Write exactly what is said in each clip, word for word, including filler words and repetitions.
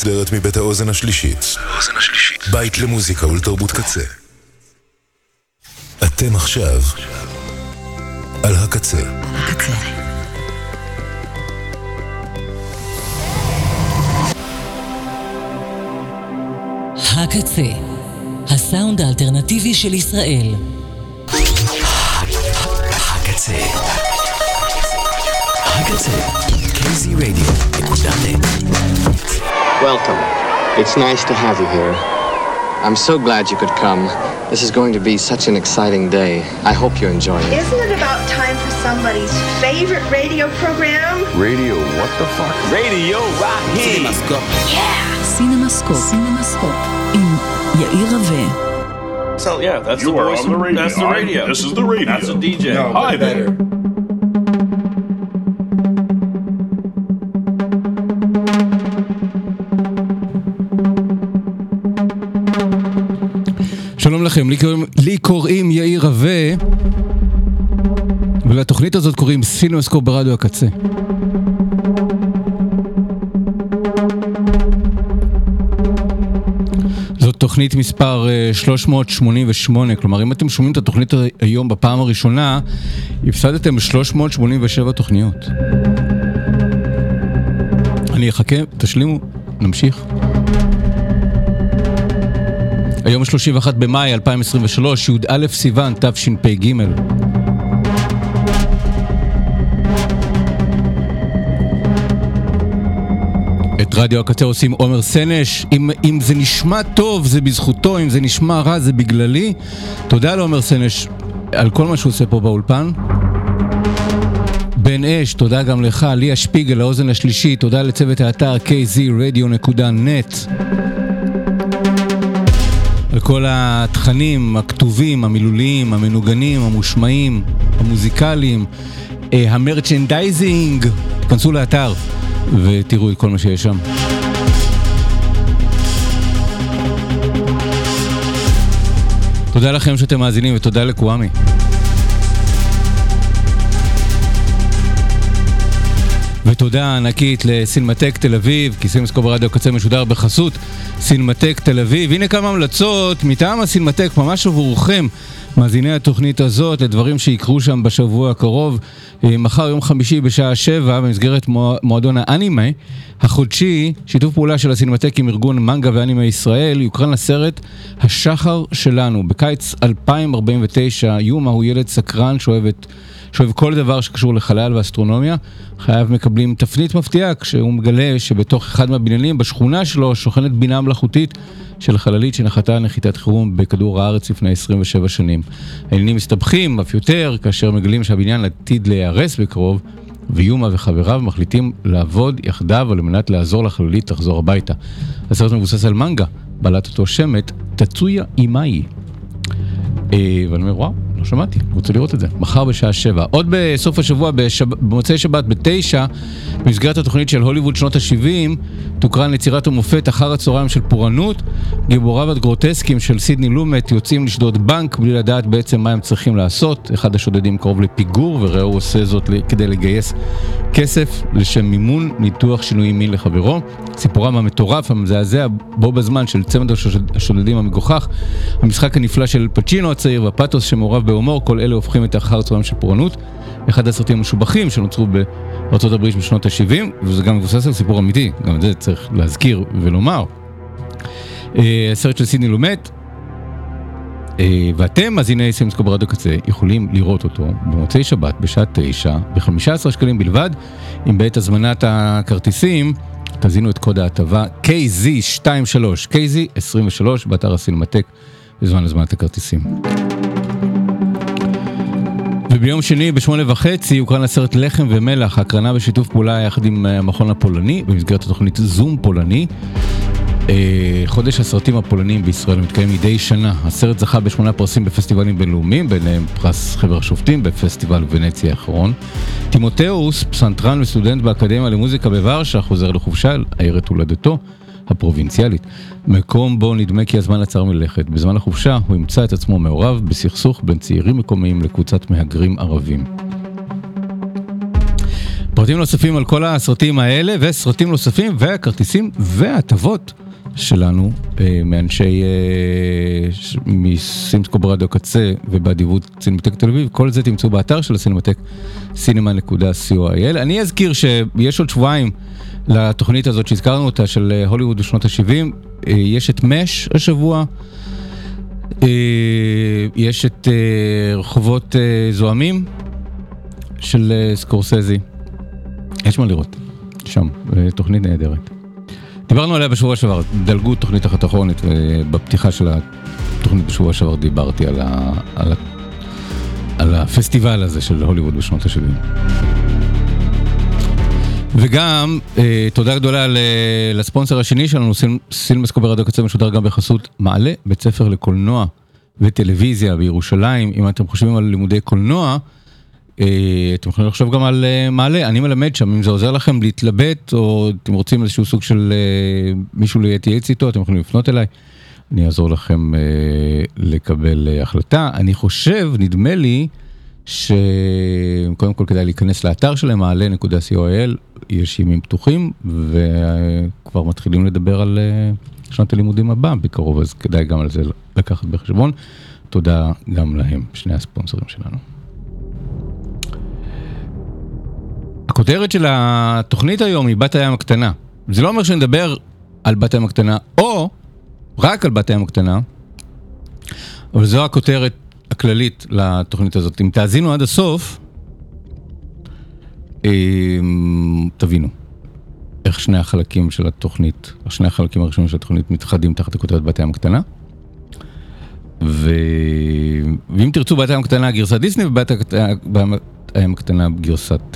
משודרת מבית האוזן השלישית. בית למוזיקה ולתרבות קצה. אתם עכשיו על הקצה. הקצה. הקצה, הסאונד האלטרנטיבי של ישראל. הקצה. הקצה. K Z Radio. Welcome. It's nice to have you here. I'm so glad you could come. This is going to be such an exciting day. I hope you enjoy it. Isn't it about time for somebody's favorite radio program? Radio, what the fuck? Radio Rocky. CinemaScope. Yeah. CinemaScope. CinemaScope. In Yair Rave. So yeah, that's you the voice. On the radio. That's the radio. I, this is the radio. That's a D J. No, Hi there. שלום לכם, לי קוראים, לי קוראים יאיר רווה, ולתוכנית הזאת קוראים סינמסקופ ברדיו הקצה. זאת תוכנית מספר שלוש מאות שמונים ושמונה, כלומר אם אתם שומעים את התוכנית היום בפעם הראשונה, הפסדתם שלוש מאות שמונים ושבע תוכניות. אני אחכה, תשלימו, נמשיך. היום שלושים ואחד במאי אלפיים עשרים ושלוש, י' א' סיוון תשפ"ג. את רדיו הקצה עושים עומר סנש. אם, אם זה נשמע טוב זה בזכותו, אם זה נשמע רע זה בגללי. תודה לעומר סנש על כל מה שהוא עושה פה באולפן. בן אש, תודה גם לך. ליה שפיגל, האוזן השלישית. תודה לצוות האתר K Z Radio נקודה net. על כל התכנים הכתובים, המילוליים, המנוגנים, המושמעים, המוזיקליים, המרצ'נדייזינג. כנסו לאתר ותראו את כל מה שיש שם. תודה לכם שאתם מאזינים ותודה לקוואמי. ותודה ענקית לסינמטק תל אביב, כי סינמסקופ ברדיו הקצה משודר בחסות סינמטק תל אביב. הנה כמה המלצות מטעם הסינמטק, ממש עבורכם, מאזיני התוכנית הזאת, לדברים שיקרו שם בשבוע הקרוב. מחר יום חמישי בשעה שבע, במסגרת מועדון האנימה החודשי, שיתוף פעולה של הסינמטק עם ארגון מנגה ואנימה ישראל, יוקרן לסרט השחר שלנו. בקיץ אלפיים ארבעים ותשע, יומה הוא ילד סקרן שאוהב את שאוהב כל דבר שקשור לחלל ואסטרונומיה. חייו מקבלים תפנית מפתיעה כשהוא מגלה שבתוך אחד מהבניינים בשכונה שלו שוכנת בינה מלאכותית של חללית שנחתה נחיתת חירום בכדור הארץ לפני עשרים ושבע שנים. העניינים מסתבכים אף יותר כאשר מגלים שהבניין עתיד להיהרס בקרוב, ויומה וחבריו מחליטים לעבוד יחדיו על מנת לעזור לחללית לחזור הביתה. הסרט מבוסס על מנגה, בעלת אותו שמת, תצויה אימאי. ואני אומר, וואו, לא שמעתי, רוצה לראות את זה. מחר בשעה שבע. עוד בסוף השבוע, בשב... במוצאי שבת בתשע, במסגרת התוכנית של הוליווד שנות ה-שבעים, תוקרן יצירת המופת אחר הצהריים של פורענות. גיבוריו הגרוטסקיים של סידני לומט יוצאים לשדוד בנק בלי לדעת בעצם מה הם צריכים לעשות. אחד השודדים קרוב לפיגור, וראה הוא עושה זאת כדי לגייס כסף לשם מימון ניתוח שינוי מין לחברו. סיפורם המטורף, המזעזע, בו בזמן של צמד השודדים המגוחך, המשחק הנפלא של פצ'ינו הצעיר והפאטוס שמעורב בהומור, כל אלה הופכים את אחר הצהריים של פורענות. אחד הסרטים המשובחים שנוצרו בארצות הברית בשנות ה-שבעים, וזה גם מבוסס על סיפור אמיתי, גם את זה צריך להזכיר ולומר. הסרט של סידני לומט, ואתם, מאזיני סינמסקופ ברדיו קצה, יכולים לראות אותו במוצאי שבת בשעה תשע, ב-חמישה עשר שקלים בלבד, אם בעת הזמנת הכרטיסים, תזינו את קוד ההטבה K Z עשרים ושלוש, K Z עשרים ושלוש, באתר הסינמטק, בזמן הזמנת הכרטיסים. וביום שני בשמונה וחצי הוקרן לסרט לחם ומלח, הקרנה בשיתוף פעולה יחד עם המכון הפולני, במסגרת התוכנית זום פולני. חודש הסרטים הפולניים בישראל מתקיים מדי שנה. הסרט זכה בשמונה פרסים בפסטיבלים בינלאומיים, ביניהם פרס חבר השופטים בפסטיבל ונציה האחרון. טימותאוס, פסנתרן וסטודנט באקדמיה למוזיקה בוורשה, חוזר לחופשה על עיירת הולדתו הפרובינציאלית, מקום בו נדמה כי הזמן עצר מלכת. בזמן החופשה הוא ימצא את עצמו מעורב בסכסוך בין צעירים מקומיים לקבוצת מהגרים ערבים. פרטים נוספים על כל הסרטים האלה וסרטים נוספים והכרטיסים וההטבות שלנו מאנשי מסימסקו ברדיו הקצה ובאדיבות סינמטק תל אביב. כל זה תמצאו באתר של הסינמטק סינמה נקודה סי או איי אל. אני אזכיר שיש עוד שבועיים לתוכנית הזאת שהזכרנו אותה של הוליווד בשנות ה-שבעים. יש את מש השבוע, יש את רחובות זוהמים של סקורסזי. יש מה לראות שם, תוכנית נהדרת. דיברנו עליה בשבוע שעבר, דלגו תוכנית אחת אחרונית, ובפתיחה של התוכנית בשבוע שעבר דיברתי על, ה, על, ה, על הפסטיבל הזה של הוליווד בשנות ה-שבעים. וגם אה, תודה גדולה ל, לספונסר השני שלנו, סיל, סינמסקו ברדיו הקצה משודר גם בחסות מעלה, בית ספר לקולנוע וטלוויזיה בירושלים. אם אתם חושבים על לימודי קולנוע, אתם יכולים לחשוב גם על מעלה, אני מלמד שם, אם זה עוזר לכם להתלבט, או אתם רוצים איזשהו סוג של מישהו להתייעץ איתו, אתם יכולים לפנות אליי, אני אעזור לכם לקבל החלטה. אני חושב, נדמה לי, שקודם כל כדאי להיכנס לאתר שלהם, מעלה נקודה סי או איי אל, יש ימים פתוחים, וכבר מתחילים לדבר על שנת הלימודים הבאה בקרוב, אז כדאי גם על זה לקחת בחשבון. תודה גם להם, שני הספונסרים שלנו. הכותרת של התוכנית היום היא בת הים הקטנה. זה לא אומר שנדבר על בת הים הקטנה, או רק על בת הים הקטנה, אבל זו הכותרת הכללית לתוכנית הזאת. אם תאזינו עד הסוף, תבינו איך שני החלקים של התוכנית, שני החלקים הראשונים של התוכנית מתחדים תחת הכותרת בת הים הקטנה. ו... ואם תרצו בת הים הקטנה גרסת דיסני, ובת הים הקטנה גרסת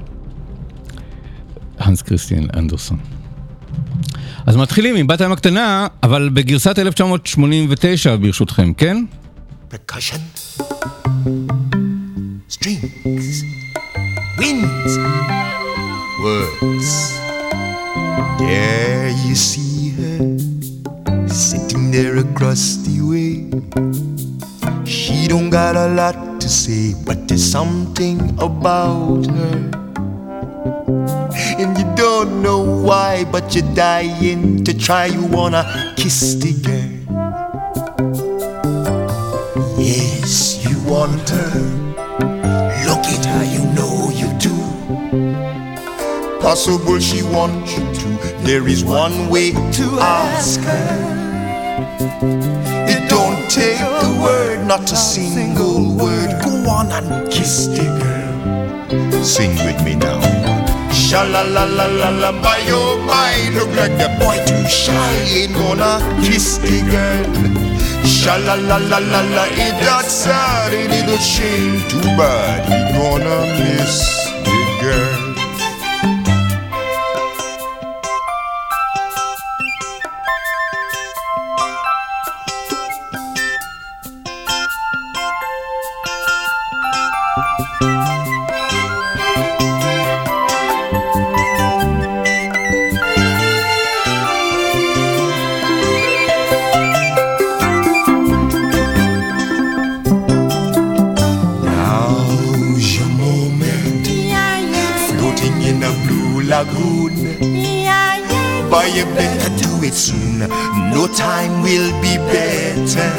הנס קריסטיאן אנדרסון. אז מתחילים עם בת הים הקטנה, אבל בגרסת אלף תשע מאות שמונים ותשע ברשותכם, כן? Percussion, strings, winds, words. There you see her, sitting there across the way. She don't got a lot to say, but there's something about her. And you don't know why, but you're dying to try. You wanna kiss the girl. Yes, you want her. Look at her, you know you do. Possible she wants you to. There is one way to ask her. It don't take a word, not a single word. Go on and kiss the girl. Sing with me now. Sha-la-la-la-la-la, by your mind, look like the boy too shy. Ain't gonna kiss the girl. Sha-la-la-la-la-la, ain't that sad, ain't it a shame? Too bad, he gonna miss the girl. Boy, you better do it soon. No time will be better.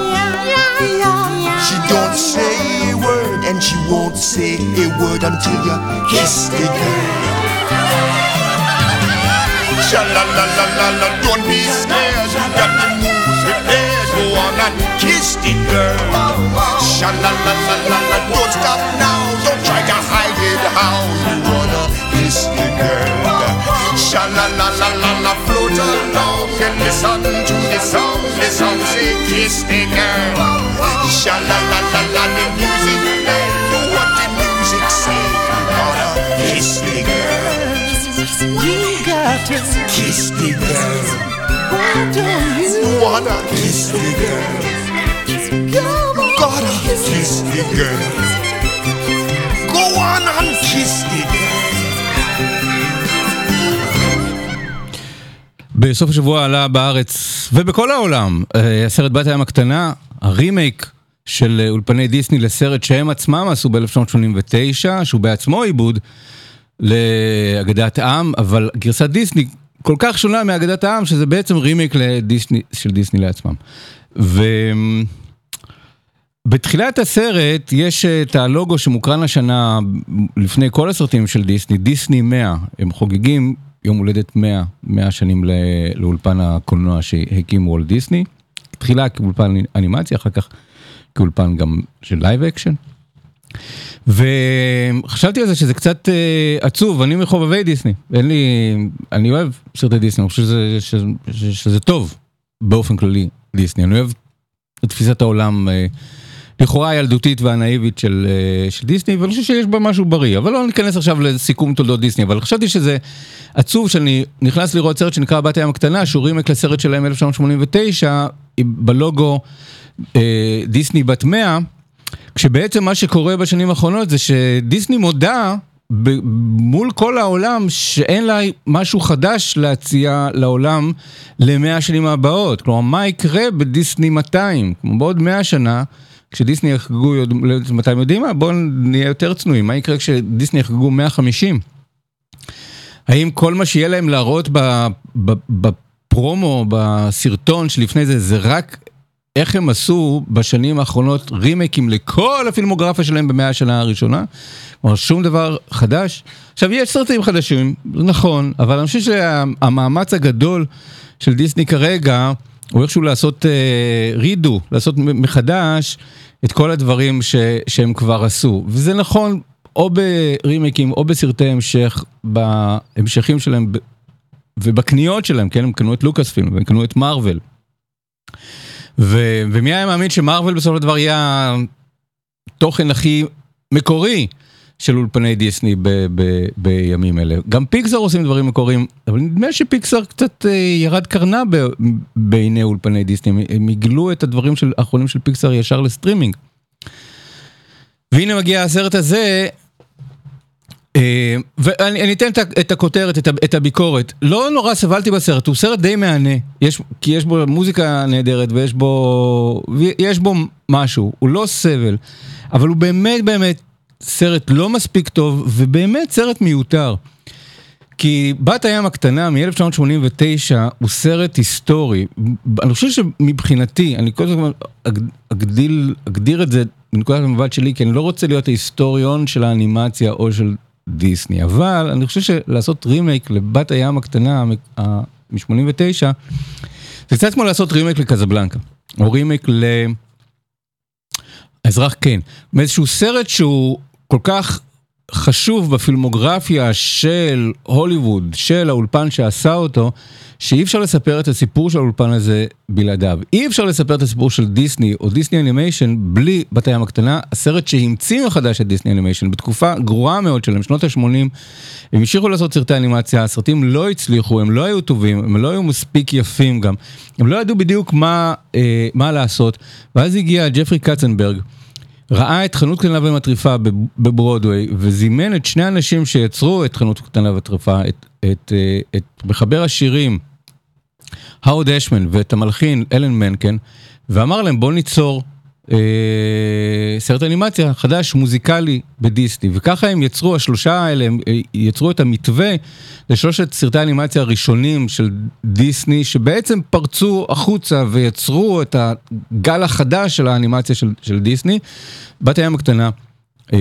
She don't say a word, and she won't say a word until you kiss the girl. Sha-la-la-la-la-la, don't be scared. You got the moves prepared. Go on and kiss the girl. Sha-la-la-la-la-la, don't stop now. Don't try to hide it how you wanna kiss the girl. Sha-la-la-la-la-la, float along and listen to the song. The song say kiss the girl. Sha-la-la-la-la, the music play. Do what the music say. You gotta kiss the girl. You gotta kiss the girl. Why don't you wanna kiss the girl? You gotta kiss the girl. Go on and kiss the girl. בסוף השבוע עלה בארץ ובכל העולם הסרט בת הים הקטנה, הרימייק של אולפני דיסני לסרט שהם עצמם עשו ב-אלף תשע מאות שמונים ותשע, שהוא בעצמו עיבוד, לאגדת העם, אבל גרסת דיסני כל כך שונה מאגדת העם, שזה בעצם רימייק לדיסני, של דיסני לעצמם. ובתחילת הסרט יש את הלוגו שמוקרן השנה לפני כל הסרטים של דיסני, דיסני מאה, הם חוגגים יום הולדת מאה, מאה שנים לאולפן הקולנוע שהקים וולט דיסני, תחילה כאולפן אנימציה, אחר כך כאולפן גם של לייב אקשן. וחשבתי על זה שזה קצת uh, עצוב, אני מחובבי דיסני, אין לי, אני אוהב סרטי דיסני, אני חושב שזה, שזה, שזה, שזה טוב באופן כללי דיסני, אני אוהב את תפיסת העולם uh, לכאורה הילדותית והנאיבית של, uh, של דיסני, ואני חושב שיש בה משהו בריא, אבל לא ניכנס עכשיו לסיכום תולדות דיסני, אבל חשבתי שזה עצוב שאני נכנס לראות סרט שנקרא בת הים הקטנה, שהוא רימייק לסרט שלהם אלף תשע מאות שמונים ותשע, בלוגו uh, דיסני בת מאה, כשבעצם מה שקורה בשנים האחרונות זה שדיסני מודע מול כל העולם שאין לה משהו חדש להציע לעולם למאה השנים הבאות. כלומר, מה יקרה בדיסני מאתיים? כמו בעוד מאה שנה, כשדיסני יחגגו, מאתיים יודעים מה? בואו נהיה יותר צנועים. מה יקרה כשדיסני יחגגו מאה וחמישים? האם כל מה שיהיה להם להראות בפרומו, בסרטון שלפני זה, זה רק איך הם עשו בשנים האחרונות רימייקים לכל הפילמוגרפיה שלהם במאה השנה הראשונה, כלומר שום דבר חדש. עכשיו יש סרטים חדשים, זה נכון, אבל אני חושב שהמאמץ הגדול של דיסני כרגע, הוא איכשהו לעשות uh, רידו, לעשות מחדש את כל הדברים ש, שהם כבר עשו, וזה נכון או ברימייקים או בסרטי המשך, בהמשכים שלהם ובקניות שלהם, כן, הם קנו את לוקאס פילם, והם קנו את מארוול. ו- ומי היה מאמין שמרוול בסוף הדבר יהיה תוכן הכי מקורי של אולפני דיסני ב- ב- בימים אלה. גם פיקסר עושים דברים מקוריים, אבל נדמה שפיקסר קצת ירד קרנה ב- בעיני אולפני דיסני, הם הגלו את הדברים של, האחרונים של פיקסר ישר לסטרימינג. והנה מגיע הסרט הזה, ואני אתן את הכותרת, את הביקורת. לא נורא סבלתי בסרט, הוא סרט די מענה, כי יש בו מוזיקה נהדרת ויש בו, יש בו משהו, הוא לא סבל, אבל הוא באמת באמת סרט לא מספיק טוב, ובאמת סרט מיותר. כי בת הים הקטנה מ-אלף תשע מאות שמונים ותשע הוא סרט היסטורי. אני חושב שמבחינתי, אני כל הזמן אגדיל, אגדיר את זה בנקודת המבט שלי, כי אני לא רוצה להיות ההיסטוריון של האנימציה או של דיסני, אבל אני חושב שלעשות רימייק לבת הים הקטנה מ-שמונים ותשע, זה קצת כמו לעשות רימייק לקזבלנקה, או רימייק לאזרח קיין, מאיזשהו סרט שהוא כל כך חשוב בפילמוגרפיה של הוליווד, של האולפן שעשה אותו, שאי אפשר לספר את הסיפור של האולפן הזה בלעדיו. אי אפשר לספר את הסיפור של דיסני או דיסני אנימיישן בלי בת הים הקטנה, הסרט שהמציא מחדש את דיסני אנימיישן בתקופה גרועה מאוד שלהם, שנות ה-שמונים, הם המשיכו לעשות סרטי אנימציה, הסרטים לא הצליחו, הם לא היו טובים, הם לא היו מספיק יפים גם, הם לא ידעו בדיוק מה, אה, מה לעשות, ואז הגיע ג'פרי קצנברג, ראה את חנות קטנה ומטריפה בברודווי, וזימן את שני אנשים שיצרו את חנות קטנה ומטריפה, את, את, את מחבר השירים, האורד אשמן, ואת המלחין, אלן מנקן, ואמר להם, בוא ניצור אה, סרט אנימציה חדש, מוזיקלי בדיסני, וככה הם יצרו, השלושה האלה, הם יצרו את המתווה לשלושת סרטי האנימציה הראשונים של דיסני, שבעצם פרצו החוצה ויצרו את הגל החדש של האנימציה של, של דיסני, בת הים הקטנה, אה,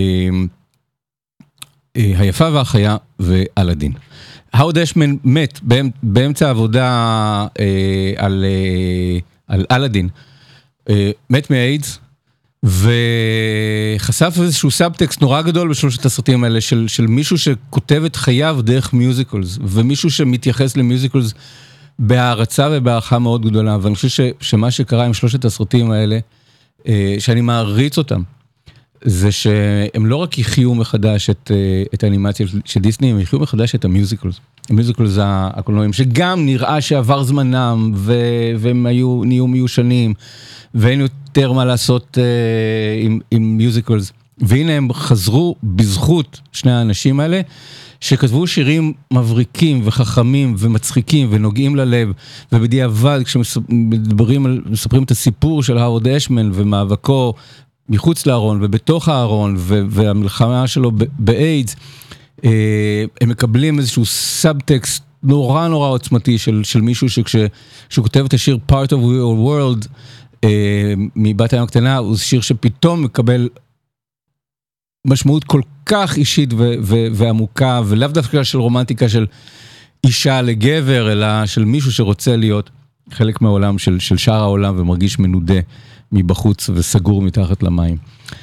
אה, היפה והחיה ואלאדין. האורד אשמן מת באמצע העבודה אה, על, אה, על אלאדין, אה, מת מאיידס, וחשף איזשהו סאבטקסט נורא גדול בשלושת הסרטים האלה, של, של מישהו שכותב את חייו דרך מיוזיקלס, ומישהו שמתייחס למיוזיקלס בהערצה ובהערכה מאוד גדולה, ואני חושב ש, שמה שקרה עם שלושת הסרטים האלה, אה, שאני מעריץ אותם, זה שהם לא רק יחיו מחדש את, את האנימציה של דיסני, הם יחיו מחדש את המיוזיקלס. המיוזיקלס הקולנועים, שגם נראה שעבר זמנם, ו- והם היו, נהיו מיושנים, ואין יותר מה לעשות uh, עם, עם מיוזיקלס. והנה הם חזרו בזכות שני האנשים האלה, שכתבו שירים מבריקים וחכמים ומצחיקים ונוגעים ללב, ובדיעבד כשמדברים, מספרים את הסיפור של האורד אשמן ומאבקו מחוץ לארון ובתוך הארון, והמלחמה שלו באיידס, הם מקבלים איזשהו סאבטקסט נורא נורא עוצמתי של, של מישהו שכשהוא כותב את השיר Part of Your World מבת הים הקטנה, הוא שיר שפתאום מקבל משמעות כל כך אישית ו- ו- ועמוקה, ולאו דווקא של רומנטיקה של אישה לגבר, אלא של מישהו שרוצה להיות חלק מהעולם, של, של שאר העולם, ומרגיש מנודה מבחוץ וסגור מתחת למים.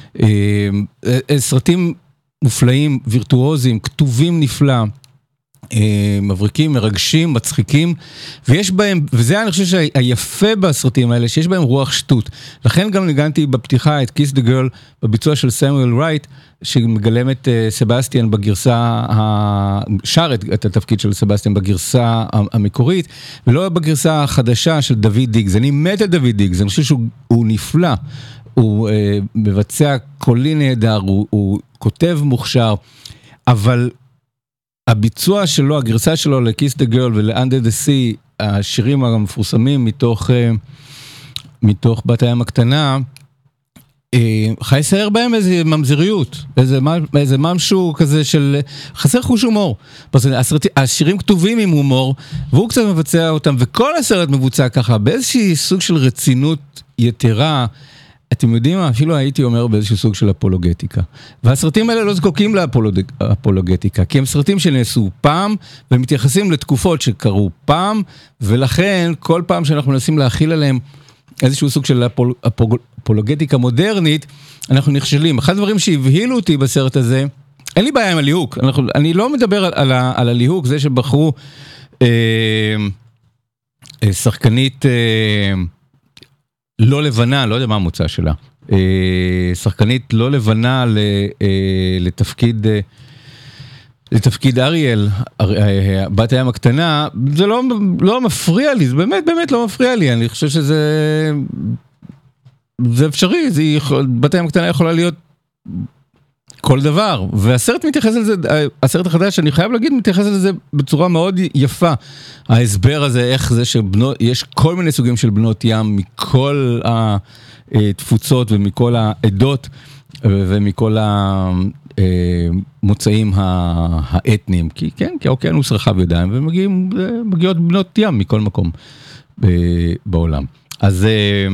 סרטים מופלאים, וירטואוזים, כתובים נפלא, מבריקים, מרגשים, מצחיקים, ויש בהם, וזה אני חושב שהיפה בסרטים האלה, שיש בהם רוח שטות. לכן גם ניגנתי בפתיחה את Kiss the Girl, בביצוע של סמואל רייט, שמגלם את סבסטיאן בגרסה, שר את התפקיד של סבסטיאן בגרסה המקורית, ולא בגרסה החדשה של דוד דיגס. אני מת על דוד דיגס, אני חושב שהוא נפלא, הוא מבצע קולי נהדר, הוא, הוא כותב מוכשר, אבל הביצוע שלו, הגרסה שלו ל-Kiss the Girl ול-Under the Sea, השירים המפורסמים מתוך, מתוך בת הים הקטנה, חי סייר בהם איזה ממזריות, איזה, איזה משהו כזה של חסר חוש הומור. הסרט, השירים כתובים עם הומור, והוא קצת מבצע אותם, וכל הסרט מבוצע ככה, באיזושהי סוג של רצינות יתרה, אתם יודעים מה? אפילו הייתי אומר באיזשהו סוג של אפולוגטיקה. והסרטים האלה לא זקוקים לאפולוגטיקה, כי הם סרטים שנעשו פעם, ומתייחסים לתקופות שקרו פעם, ולכן כל פעם שאנחנו מנסים להכיל עליהם איזשהו סוג של אפול, אפול, אפולוגטיקה מודרנית, אנחנו נכשלים. אחד הדברים שהבהילו אותי בסרט הזה, אין לי בעיה עם הליהוק. אנחנו, אני לא מדבר על, על, על הליהוק, זה שבחרו אה, אה, שחקנית... אה, לא לבנה, לא יודע מה המוצא שלה, שחקנית לא לבנה לתפקיד, לתפקיד אריאל, בת הים הקטנה, זה לא, לא מפריע לי, זה באמת, באמת לא מפריע לי, אני חושב שזה, זה אפשרי, זה, בת הים הקטנה יכולה להיות כל דבר, והסרט מתייחס על זה, הסרט החדש, אני חייב להגיד, מתייחס על זה בצורה מאוד יפה. ההסבר הזה, איך זה שבנות, יש כל מיני סוגים של בנות ים, מכל התפוצות ומכל העדות, ומכל המוצאים האתניים, כי כן, כי האוקיינוס רחב ידיים, ומגיעות בנות ים מכל מקום בעולם. אז...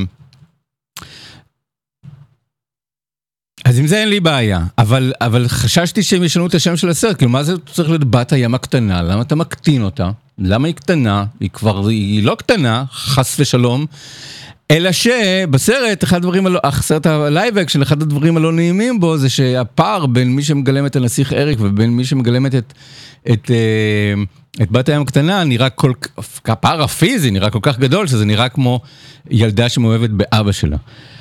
אז עם זה אין לי בעיה, אבל, אבל חששתי שהם ישנו את השם של הסרט, כאילו מה זה צריך להיות בת הים הקטנה, למה אתה מקטין אותה? למה היא קטנה? היא כבר, היא לא קטנה, חס ושלום, אלא שבסרט, אחד הדברים, הסרט הלייב אקשן, אחד הדברים הלא נעימים בו, זה שהפער בין מי שמגלם את הנסיך אריק, ובין מי שמגלמת את, את, את בת הים הקטנה, נראה כל, הפער הפיזי נראה כל כך גדול, שזה נראה כמו ילדה שמאוהבת באבא שלה.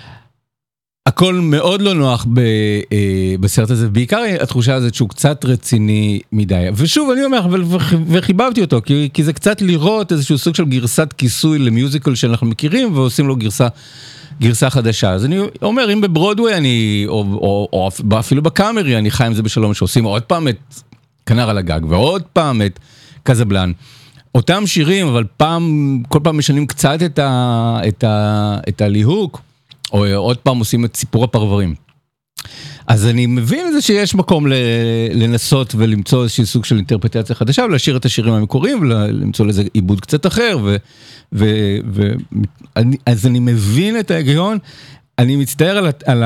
הכל מאוד לא נוח ב, אה, בסרט הזה, בעיקר התחושה הזאת שהוא קצת רציני מדי. ושוב, אני אומר, וחיבבתי אותו, כי, כי זה קצת לראות איזשהו סוג של גרסת כיסוי למיוזיקל שאנחנו מכירים, ועושים לו גרסה, גרסה חדשה. אז אני אומר, אם בברודווי אני, או, או, או אפילו בקאמרי, אני חי עם זה בשלום, שעושים עוד פעם את כנר על הגג, ועוד פעם את קזבלן. אותם שירים, אבל פעם, כל פעם משנים קצת את, ה, את, ה, את הליהוק, או עוד פעם עושים את סיפור הפרברים. אז אני מבין את זה שיש מקום לנסות ולמצוא איזשהו סוג של אינטרפרטציה חדשה, ולהשאיר את השירים המקוריים, ולמצוא לזה עיבוד קצת אחר, ו, ו, ו, אני, אז אני מבין את ההיגיון, אני מצטער על, על,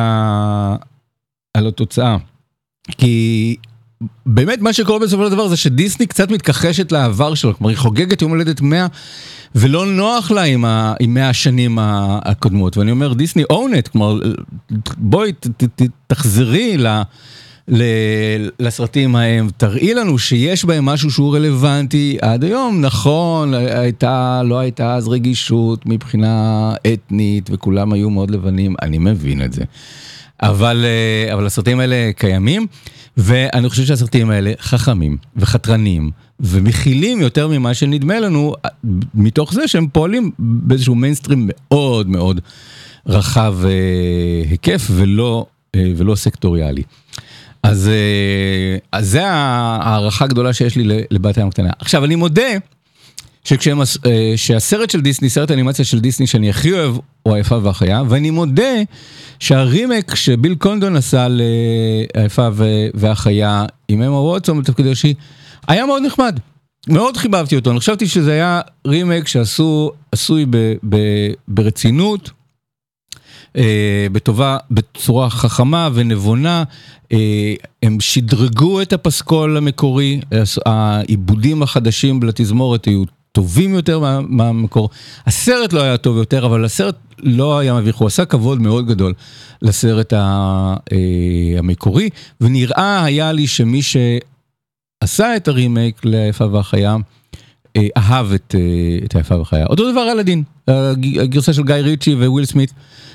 על התוצאה, כי באמת מה שקורה בסופו של דבר זה שדיסני קצת מתכחשת לעבר שלו, כלומר היא חוגגת יום הולדת מאה, ולא נוח לה עם, ה, עם מאה השנים הקודמות, ואני אומר דיסני own it, כלומר בואי ת, ת, ת, תחזרי ל, ל, לסרטים ההם, תראי לנו שיש בהם משהו שהוא רלוונטי עד היום, נכון, הייתה, לא הייתה אז רגישות מבחינה אתנית, וכולם היו מאוד לבנים, אני מבין את זה, אבל, אבל הסרטים האלה קיימים, ואני חושב שהסרטים האלה חכמים וחתרנים ומכילים יותר ממה שנדמה לנו, מתוך זה שהם פועלים באיזשהו מיינסטרים מאוד מאוד רחב היקף ולא, ולא סקטוריאלי. אז, אז זה הערכה הגדולה שיש לי לבת הים הקטנה. עכשיו אני מודה שכשהם, שהסרט של דיסני, סרט האנימציה של דיסני שאני הכי אוהב, הוא היפה והחיה, ואני מודה שהרימק שביל קונדון עשה ליפה והחיה, עם אמה ווטסון בתפקיד הראשי, היה מאוד נחמד. מאוד חיבבתי אותו. אני חשבתי שזה היה רימק שעשו, עשוי ב, ב, ברצינות, אה, בטובה, בצורה חכמה ונבונה. אה, הם שדרגו את הפסקול המקורי, העיבודים החדשים לתזמורת היו טובים יותר מה, מהמקור. הסרט לא היה טוב יותר, אבל הסרט לא היה מביך, הוא עשה כבוד מאוד גדול לסרט ה, אה, המקורי, ונראה היה לי שמי ש... עשה את הרימייק ליפה והחיה, אהב את, את היפה והחיה. אותו דבר אלאדין, הגרסה של גיא ריצ'י וויל סמית,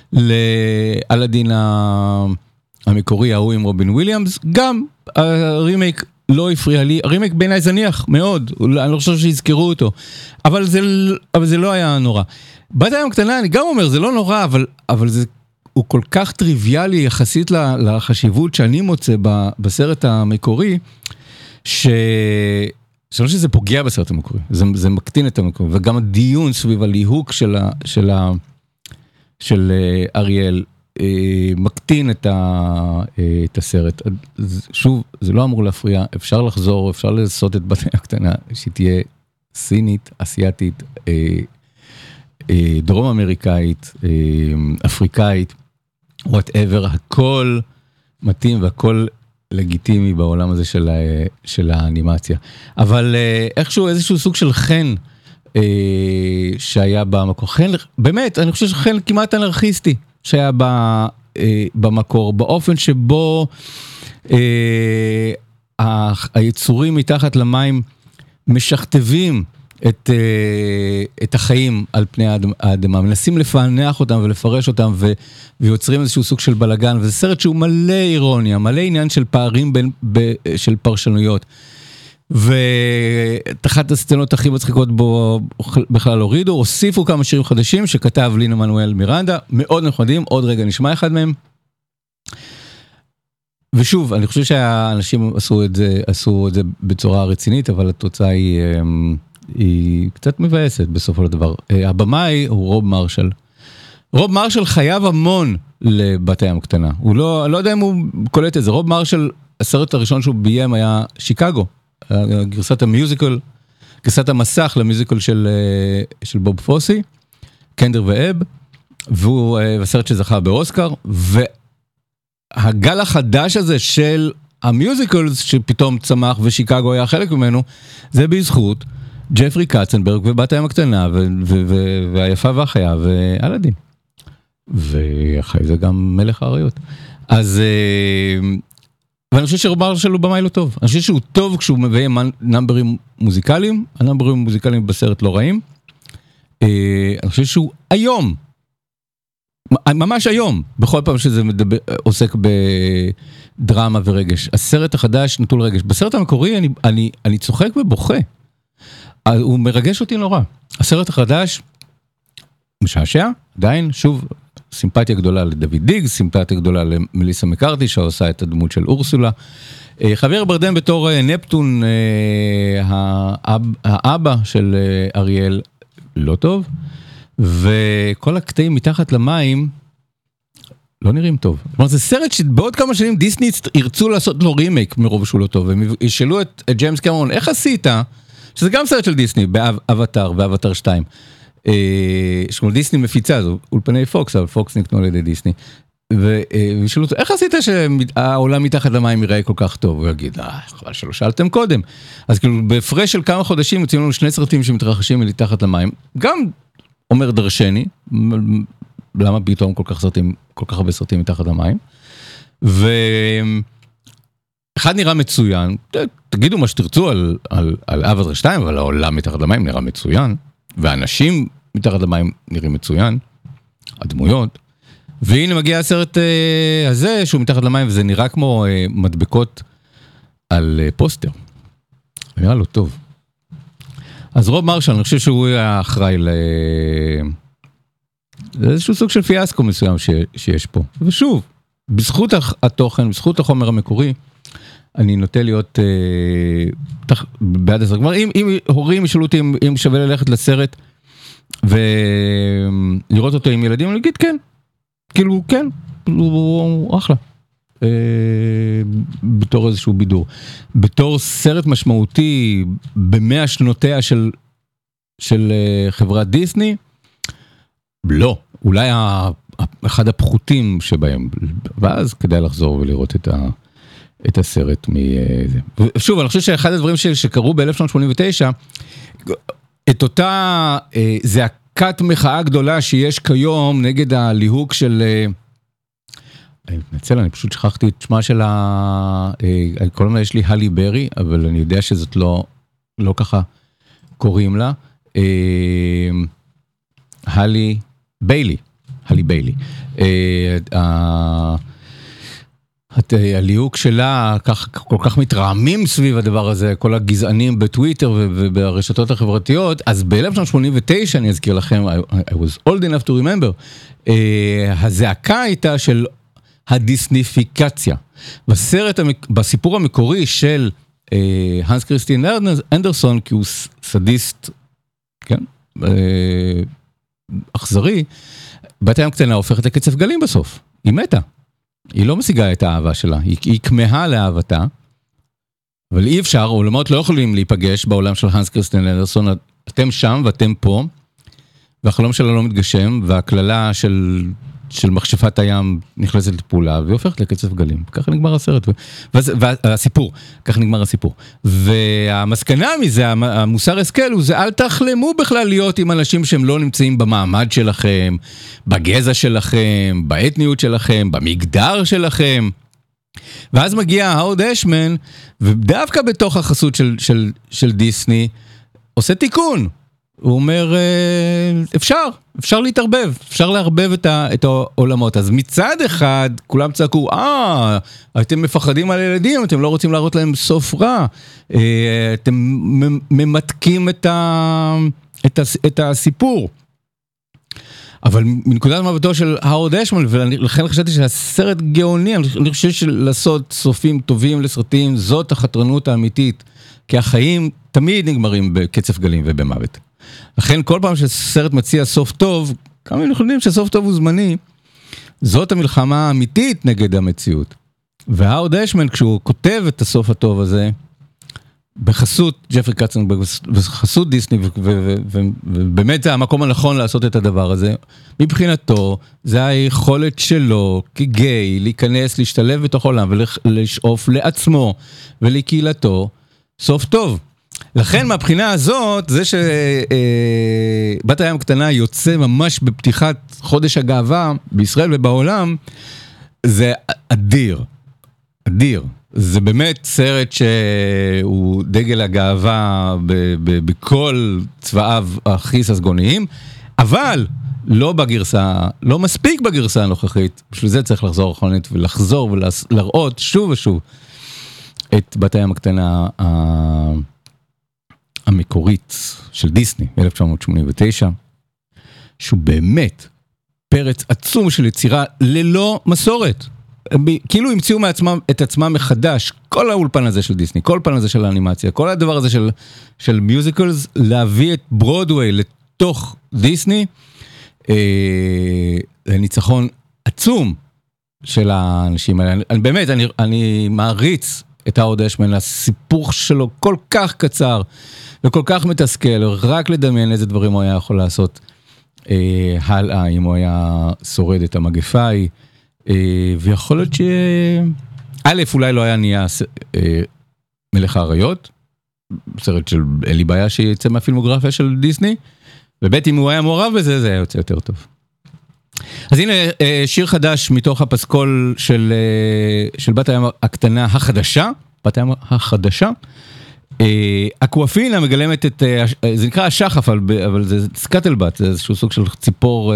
לאלאדין המקורי, ההוא עם רובין וויליאמס, גם הרימייק לא הפריע לי, הרימייק בעיניי זניח מאוד, אני לא חושב שיזכרו אותו, אבל זה, אבל זה לא היה נורא. בת הים הקטנה, אני גם אומר, זה לא נורא, אבל, אבל זה, הוא כל כך טריוויאלי יחסית לחשיבות שאני מוצא בסרט המקורי, ש... שלא שזה פוגע בסרט המקורי, זה, זה מקטין את המקורי, וגם הדיון סביב הליהוק של, ה... של, ה... של אריאל, אה, מקטין את, ה... את הסרט. שוב, זה לא אמור להפריע, אפשר לחזור, אפשר לעשות את בת הים הקטנה, שהיא תהיה סינית, אסיאתית, אה, אה, דרום אמריקאית, אה, אפריקאית, whatever, הכל מתאים והכל לגיטימי בעולם הזה של, של האנימציה. אבל איכשהו איזשהו סוג של חן אה, שהיה במקור. חן, באמת, אני חושב שחן כמעט אנרכיסטי שהיה ב, אה, במקור, באופן שבו אה, ה, היצורים מתחת למים משכתבים את, את החיים על פני האדמה, מנסים לפענח אותם ולפרש אותם ו, ויוצרים איזשהו סוג של בלגן, וזה סרט שהוא מלא אירוניה, מלא עניין של פערים בין, ב, של פרשנויות, ואת אחת הסצנות הכי מצחיקות בו בכלל הורידו, הוסיפו כמה שירים חדשים שכתב לין מנואל מירנדה, מאוד נחמדים, עוד רגע נשמע אחד מהם, ושוב, אני חושב שהאנשים עשו את זה, עשו את זה בצורה רצינית, אבל התוצאה היא היא קצת מבאסת בסופו של דבר. הבמאי הוא רוב מרשל. רוב מרשל חייב המון לבת הים הקטנה. הוא לא, אני לא יודע אם הוא קולט את זה. רוב מרשל, הסרט הראשון שהוא ביים היה שיקגו. גרסת המיוזיקל, גרסת המסך למיוזיקל של, של בוב פוסי, קנדר ואב, והוא הסרט שזכה באוסקר, והגל החדש הזה של המיוזיקלס שפתאום צמח ושיקגו היה חלק ממנו, זה בזכות ג'פרי קצנברג ובת הים הקטנה והיפה והחיה ואלאדין. ואחרי זה גם מלך האריות. אז ואני חושב שרוב מרשל הוא במאי לא טוב. אני חושב שהוא טוב כשהוא מביא נאמברים מוזיקליים, הנאמברים המוזיקליים בסרט לא רעים. אני חושב שהוא היום, ממש היום, בכל פעם שזה מדבר, עוסק בדרמה ורגש. הסרט החדש נטול רגש. בסרט המקורי אני, אני, אני צוחק ובוכה. הוא מרגש אותי נורא. הסרט החדש משעשע, עדיין, שוב, סימפתיה גדולה לדוד דיגס, סימפתיה גדולה למליסה מקארתי, שעושה את הדמות של אורסולה. חבר ברדם בתור נפטון, האבא של אריאל, לא טוב. וכל הקטעים מתחת למים לא נראים טוב. כלומר, זה סרט שבעוד כמה שנים דיסני ירצו לעשות לו רימייק מרוב שהוא לא טוב, והם ישאלו את ג'יימס קמרון, איך עשית? שזה גם סרט של דיסני, באבטר, באבטר שתיים. שכמו דיסני מפיצה, זו אולפני פוקס, אבל פוקס נקנו על ידי דיסני. וישאלו אותו, איך עשית שהעולם מתחת למים ייראה כל כך טוב? הוא יגיד, אה, חבל שלא שאלתם קודם. אז כאילו, בהפרש של כמה חודשים, יוצאים לנו שני סרטים שמתרחשים מתחת למים. גם אומר דרשני, למה פתאום כל כך סרטים, כל כך הרבה סרטים מתחת למים. ואחד נראה מצוין, תגידו מה שתרצו על, על, על אבטר שתיים, אבל העולם מתחת למים נראה מצוין, ואנשים מתחת למים נראים מצוין, הדמויות, והנה מגיע הסרט אה, הזה, שהוא מתחת למים, וזה נראה כמו אה, מדבקות על אה, פוסטר. נראה לו טוב. אז רוב מרשל, אני חושב שהוא היה אחראי ל... זה איזשהו סוג של פיאסקו מסוים ש... שיש פה. ושוב, בזכות התוכן, בזכות החומר המקורי, אני נוטה להיות אה, תח, בעד הסרט. כלומר, אם, אם הורים ישאלו אותי אם, אם שווה ללכת לסרט ולראות אותו עם ילדים, אני אגיד כן. כאילו, כן, הוא אחלה. אה, בתור איזשהו בידור. בתור סרט משמעותי במאה שנותיה של, של אה, חברת דיסני, לא. אולי ה, אחד הפחותים שבהם, ואז כדאי לחזור ולראות את ה... את הסרט מזה. ושוב, אני חושב שאחד הדברים ש, שקרו ב-אלף תשע מאות שמונים ותשע, את אותה אה, זעקת מחאה גדולה שיש כיום נגד הליהוק של... אה, אני מתנצל, אני פשוט שכחתי את שמה של ה... אה, כל הזמן יש לי הלי ברי, אבל אני יודע שזאת לא, לא ככה קוראים לה. אה, הלי ביילי. הלי ביילי. אה, אה, הליהוק שלה כך, כל כך מתרעמים סביב הדבר הזה, כל הגזענים בטוויטר וברשתות החברתיות, אז ב-אלף תשע מאות שמונים ותשע, אני אזכיר לכם, I, I was old enough to remember, uh, הזעקה הייתה של הדיסניפיקציה. בסרט, בסיפור המקורי של הנס כריסטיאן אנדרסון, כי הוא סדיסט, כן, uh, אכזרי, בת הים קטנה הופכת לקצף גלים בסוף, היא מתה. היא לא משיגה את האהבה שלה, היא, היא כמהה לאהבתה, אבל אי אפשר, עולמות לא יכולים להיפגש בעולם של הנס כריסטיאן אנדרסון, אתם שם ואתם פה, והחלום שלה לא מתגשם, והכללה של, של מכשפת הים נכנסת לפעולה, והיא הופכת לקצף גלים. ככה נגמר הסרט, והסיפור, ככה נגמר הסיפור. והמסקנה מזה, המוסר השכל, הוא זה אל תחלמו בכלל להיות עם אנשים שהם לא נמצאים במעמד שלכם, בגזע שלכם, באתניות שלכם, במגדר שלכם. ואז מגיע האורד אשמן, ודווקא בתוך החסות של, של, של דיסני, עושה תיקון. הוא אומר, אפשר, אפשר להתערבב, אפשר להרבב את, ה, את העולמות. אז מצד אחד, כולם צעקו, אה, אתם מפחדים על ילדים, אתם לא רוצים להראות להם סוף רע, אתם ממתקים את, ה, את, ה, את הסיפור. אבל מנקודת מבטו של האורד אשמן, ולכן חשבתי שהסרט גאוני, אני חושב שלעשות סופים טובים לסרטים, זאת החתרנות האמיתית, כי החיים תמיד נגמרים בקצף גלים ובמוות. לכן כל פעם שסרט מציע סוף טוב, כמה אנחנו יודעים שסוף טוב הוא זמני, זאת המלחמה האמיתית נגד המציאות. והאורד אשמן, כשהוא כותב את הסוף הטוב הזה, בחסות ג'פרי קצנברג, בחסות דיסני, ובאמת זה המקום הנכון לעשות את הדבר הזה, מבחינתו, זה היכולת שלו כגיי להיכנס, להשתלב בתוך העולם, ולשאוף לעצמו ולקהילתו סוף טוב. לכן מהבחינה הזאת, זה שבת הים קטנה יוצא ממש בפתיחת חודש הגאווה בישראל ובעולם, זה אדיר, אדיר. זה באמת סרט שהוא דגל הגאווה בכל צבאיו הכי ססגוניים, אבל לא בגרסה, לא מספיק בגרסה הנוכחית, בשביל זה צריך לחזור אחרונית ולחזור ולהראות שוב ושוב את בת הים הקטנה המקורית של דיסני, אלף תשע מאות שמונים ותשע, שהוא באמת פרץ עצום של יצירה ללא מסורת. כאילו המציאו מעצמם, את עצמם מחדש, כל האולפן הזה של דיסני, כל פן הזה של האנימציה, כל הדבר הזה של, של מיוזיקלס, להביא את ברודווי לתוך דיסני, אה, ניצחון עצום של האנשים האלה. אני, באמת, אני, אני מעריץ את האורד אשמן, הסיפור שלו כל כך קצר, וכל כך מתסכל, רק לדמיין איזה דברים הוא היה יכול לעשות אה, הלאה, אם הוא היה שורד את המגפה ההיא, ויכול להיות ש... א', אולי לא היה נהיה מלך האריות, סרט של אין לי בעיה שיצא מהפילמוגרפיה של דיסני, וב' אם הוא היה מעורב בזה, זה היה יוצא יותר טוב. אז הנה שיר חדש מתוך הפסקול של, של בת הים הקטנה החדשה, בת הים החדשה, אקוואפינה מגלמת את, זה נקרא השחף, אבל זה סקטלבט, זה איזשהו סוג של ציפור...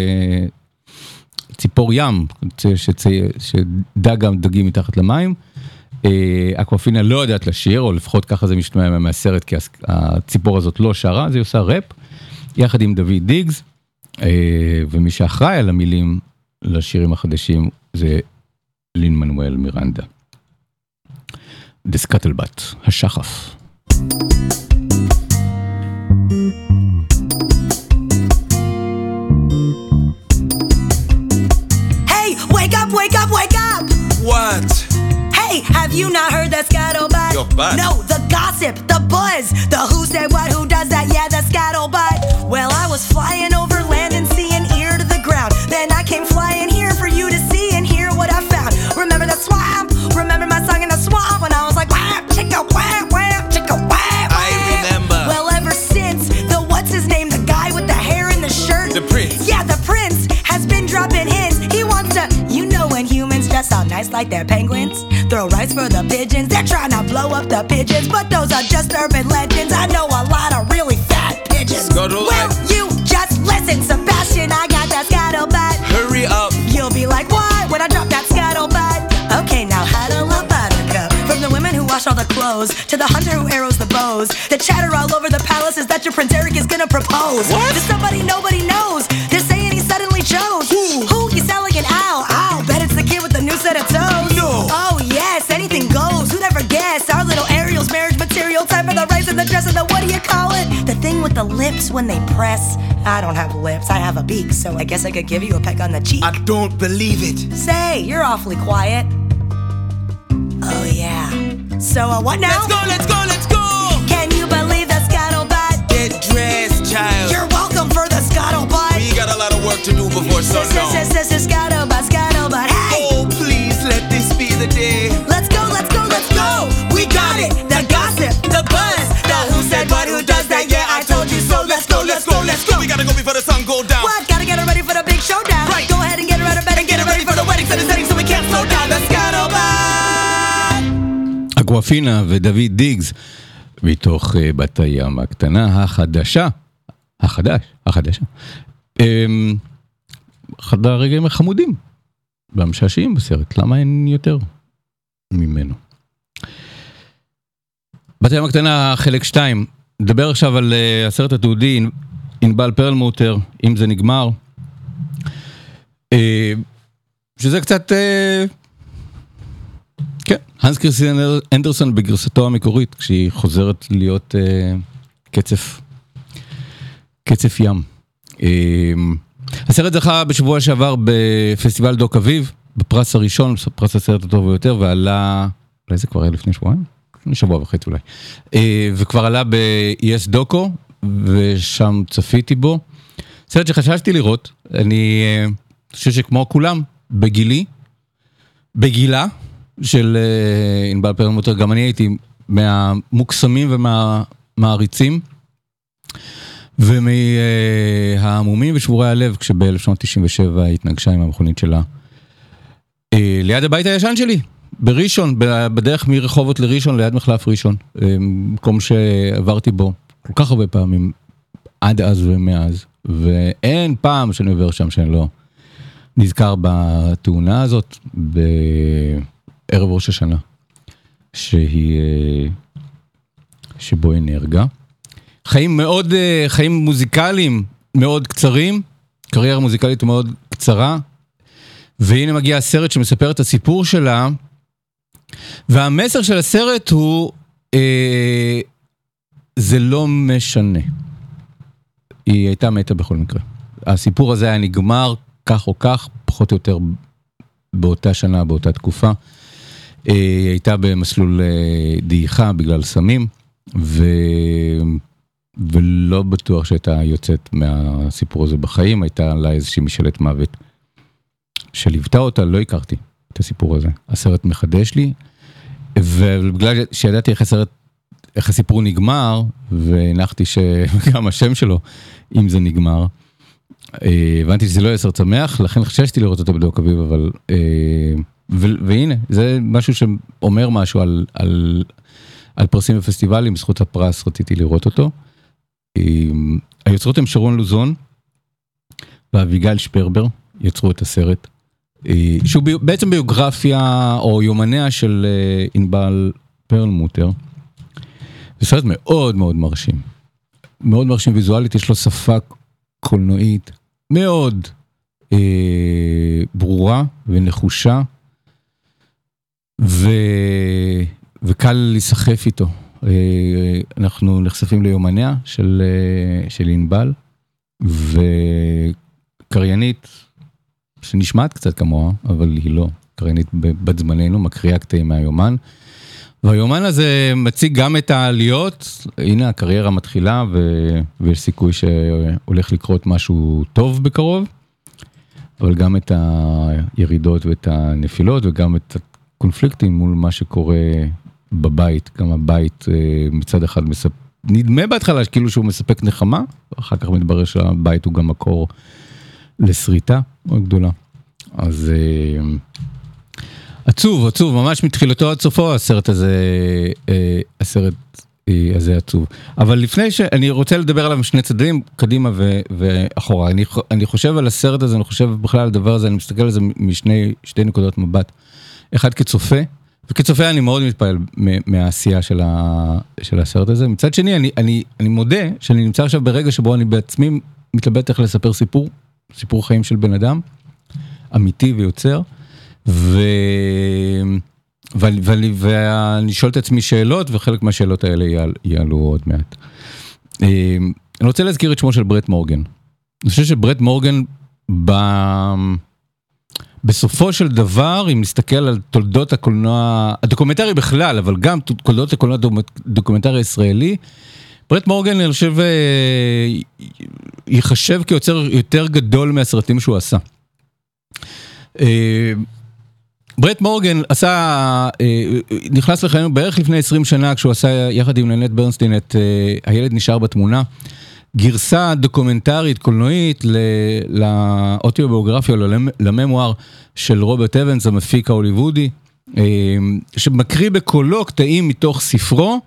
ציפור ים, שדג גם דגים מתחת למים. אקוואפינה לא יודעת לשיר, או לפחות ככה זה משתמע מהסרט, כי הציפור הזאת לא שרה, זה עושה ראפ, יחד עם דוד דיגס, ומי שאחראי על המילים לשירים החדשים, זה לין מנואל מירנדה. The Scuttlebutt, השחף. Hey, wake up, wake up, wake up! What? Hey, have you not heard the scuttlebutt? Your butt? No, the gossip, the buzz, the who said what, who does that, yeah, the scuttlebutt. Well, I was flying over land and sea and ear to the ground. Then I came flying here for you to see and hear what I found. Remember the swamp? Remember my song in the swamp when I was like, wham, chicka, wham, wham, chicka, wham, I remember. Well, ever since, the what's his name, the guy with the hair in the shirt? The prince. Yeah, the prince has been dropping hints. He wants to, you know when humans dress all nice like they're penguins? Throw rice for the pigeons, they're trying to blow up the pigeons, but those are just urban legends. I know a lot of really fat pigeons. Scuttlebutt. Well, you just listen, Sebastian, I got that scuttlebutt. Hurry up. You'll be like, why, when I drop that scuttlebutt? Okay, now huddle up, buttercup. From the women who wash all the clothes, to the hunter who arrows the bows, the chatter all over the palace is that your Prince Eric is gonna propose. What? To somebody nobody knows, they're saying he suddenly chose. Who? Who? You sound like an owl. Ow, bet it's the kid with the new set of toes. No. Oh yes, anything goes, who'd ever guess? Our little Ariel's marriage material, time for the rice and the dress and the what do you call it? The thing with the lips when they press. I don't have lips, I have a beak, so I guess I could give you a peck on the cheek. I don't believe it. Say, you're awfully quiet. Oh yeah. So uh, what now? Let's go, let's go, let's go. Can you believe the scuttlebutt? Get dressed, child. You're welcome for the scuttlebutt. We got a lot of work to do before sundown. Scuttlebutt, scuttlebutt, hey! Oh, please let this be the day. Let's go, let's go, let's go! We got it! The gossip, the buzz, the who said what, who does that, yeah, I told you so. Let's go, let's go, let's go! We gotta go before the sun go down. What? Gotta get her ready for the big showdown. Right. Go ahead and get her out of bed and get her ready for the wedding. Set the setting so we can't slow down. The scuttlebutt! אקוואפינה ודוד דיגס, מתוך uh, בת הים הקטנה החדשה, החדש, החדשה. Um, אחד הרגעים החמודים והמשעשעים בסרט, למה אין יותר ממנו? בת הים הקטנה חלק שתיים, נדבר עכשיו על uh, הסרט התעודי, ענבל פרלמוטר, אם זה נגמר, uh, שזה קצת... Uh, כן, הנס קריסטיאן אנדרסון בגרסתו המקורית, כשהיא חוזרת להיות uh, קצף, קצף ים. Uh, הסרט זכה בשבוע שעבר בפסטיבל דוק אביב, בפרס הראשון, פרס הסרט הטוב ביותר, ועלה, אולי זה כבר היה לפני שבועיים? לפני שבוע וחצי אולי. Uh, וכבר עלה ב-יס דוקו, ושם צפיתי בו. סרט שחששתי לראות, אני uh, חושב שכמו כולם, בגילי, בגילה, של ענבל פרלמוטר, גם אני הייתי מהמוקסמים ומהמעריצים ומהעמומים ושבורי הלב, כשב-אלף תשע מאות תשעים ושבע התנגשה עם המכונית שלה ליד הבית הישן שלי, בראשון, בדרך מרחובות לראשון, ליד מחלף ראשון, מקום שעברתי בו כל כך הרבה פעמים עד אז ומאז, ואין פעם שאני עובר שם שאני לא נזכר בתאונה הזאת ב... ערב ראש השנה, שהיא, שבו היא נהרגה. חיים מאוד, חיים מוזיקליים מאוד קצרים, קריירה מוזיקלית מאוד קצרה, והנה מגיע הסרט שמספר את הסיפור שלה, והמסר של הסרט הוא, אה, זה לא משנה. היא הייתה מתה בכל מקרה. הסיפור הזה היה נגמר כך או כך, פחות או יותר באותה שנה, באותה תקופה. היא הייתה במסלול דעיכה בגלל סמים, ו... ולא בטוח שהייתה יוצאת מהסיפור הזה בחיים, הייתה לה איזושהי משאלת מוות שליוותה אותה, לא הכרתי את הסיפור הזה. הסרט מחדש לי, ובגלל שידעתי איך הסרט, איך הסיפור נגמר, והנחתי שגם השם שלו, אם זה נגמר, הבנתי שזה לא יהיה סרט שמח, לכן חששתי לראות אותו בדוק אביב, אבל... והנה, זה משהו שאומר משהו על, על, על פרסים ופסטיבלים, בזכות הפרס רציתי לראות אותו. היוצרות הם שרון לוזון, ואביגיל שפרבר, יצרו את הסרט, שהוא בעצם ביוגרפיה, או יומניה של ענבל פרלמוטר. זה סרט מאוד מאוד מרשים. מאוד מרשים ויזואלית, יש לו שפה קולנועית, מאוד אה, ברורה ונחושה, וקל להיסחף איתו. אנחנו נחשפים ליומניה של, של ענבל, וקריינית שנשמעת קצת כמוה, אבל היא לא, קריינית בת זמננו, מקריאה קטעים מהיומן, והיומן הזה מציג גם את העליות, הנה הקריירה מתחילה, ו- ויש סיכוי שהולך לקרות משהו טוב בקרוב, אבל גם את הירידות ואת הנפילות, וגם את הקונפליקטים מול מה שקורה בבית, גם הבית מצד אחד מספק, נדמה בהתחלה כאילו שהוא מספק נחמה, אחר כך מתברר שהבית הוא גם מקור לשריטה מאוד גדולה. אז עצוב, עצוב, ממש מתחילתו עד סופו, הסרט הזה, הסרט הזה עצוב. אבל לפני שאני רוצה לדבר עליו שני צדדים, קדימה ו- ואחורה. אני, אני חושב על הסרט הזה, אני חושב בכלל על הדבר הזה, אני מסתכל על זה משני, שתי נקודות מבט. אחד כצופה, וכצופה אני מאוד מתפעל מהעשייה של, ה, של הסרט הזה. מצד שני, אני, אני, אני מודה שאני נמצא עכשיו ברגע שבו אני בעצמי מתלבט איך לספר סיפור, סיפור חיים של בן אדם, אמיתי ויוצר, ו... ו... ו... ואני שואל את עצמי שאלות, וחלק מהשאלות האלה יעל... יעלו עוד מעט. אני רוצה להזכיר את שמו של ברט מורגן. אני חושב שברט מורגן, ב... בסופו של דבר, אם נסתכל על תולדות הקולנוע, הדוקומנטרי בכלל, אבל גם תולדות הקולנוע הדוקומנטרי הישראלי, ברט מורגן, אני חושב, יחשב כיוצר יותר גדול מהסרטים שהוא עשה. ברט מורגן עשה, נכנס לחיינו בערך לפני עשרים שנה, כשהוא עשה יחד עם לנט ברנסטין את הילד נשאר בתמונה, גרסה דוקומנטרית, קולנועית, לאוטוביוגרפיה, לממואר של רוברט אבנס, המפיק ההוליוודי, שמקריא בקולו קטעים מתוך ספרו,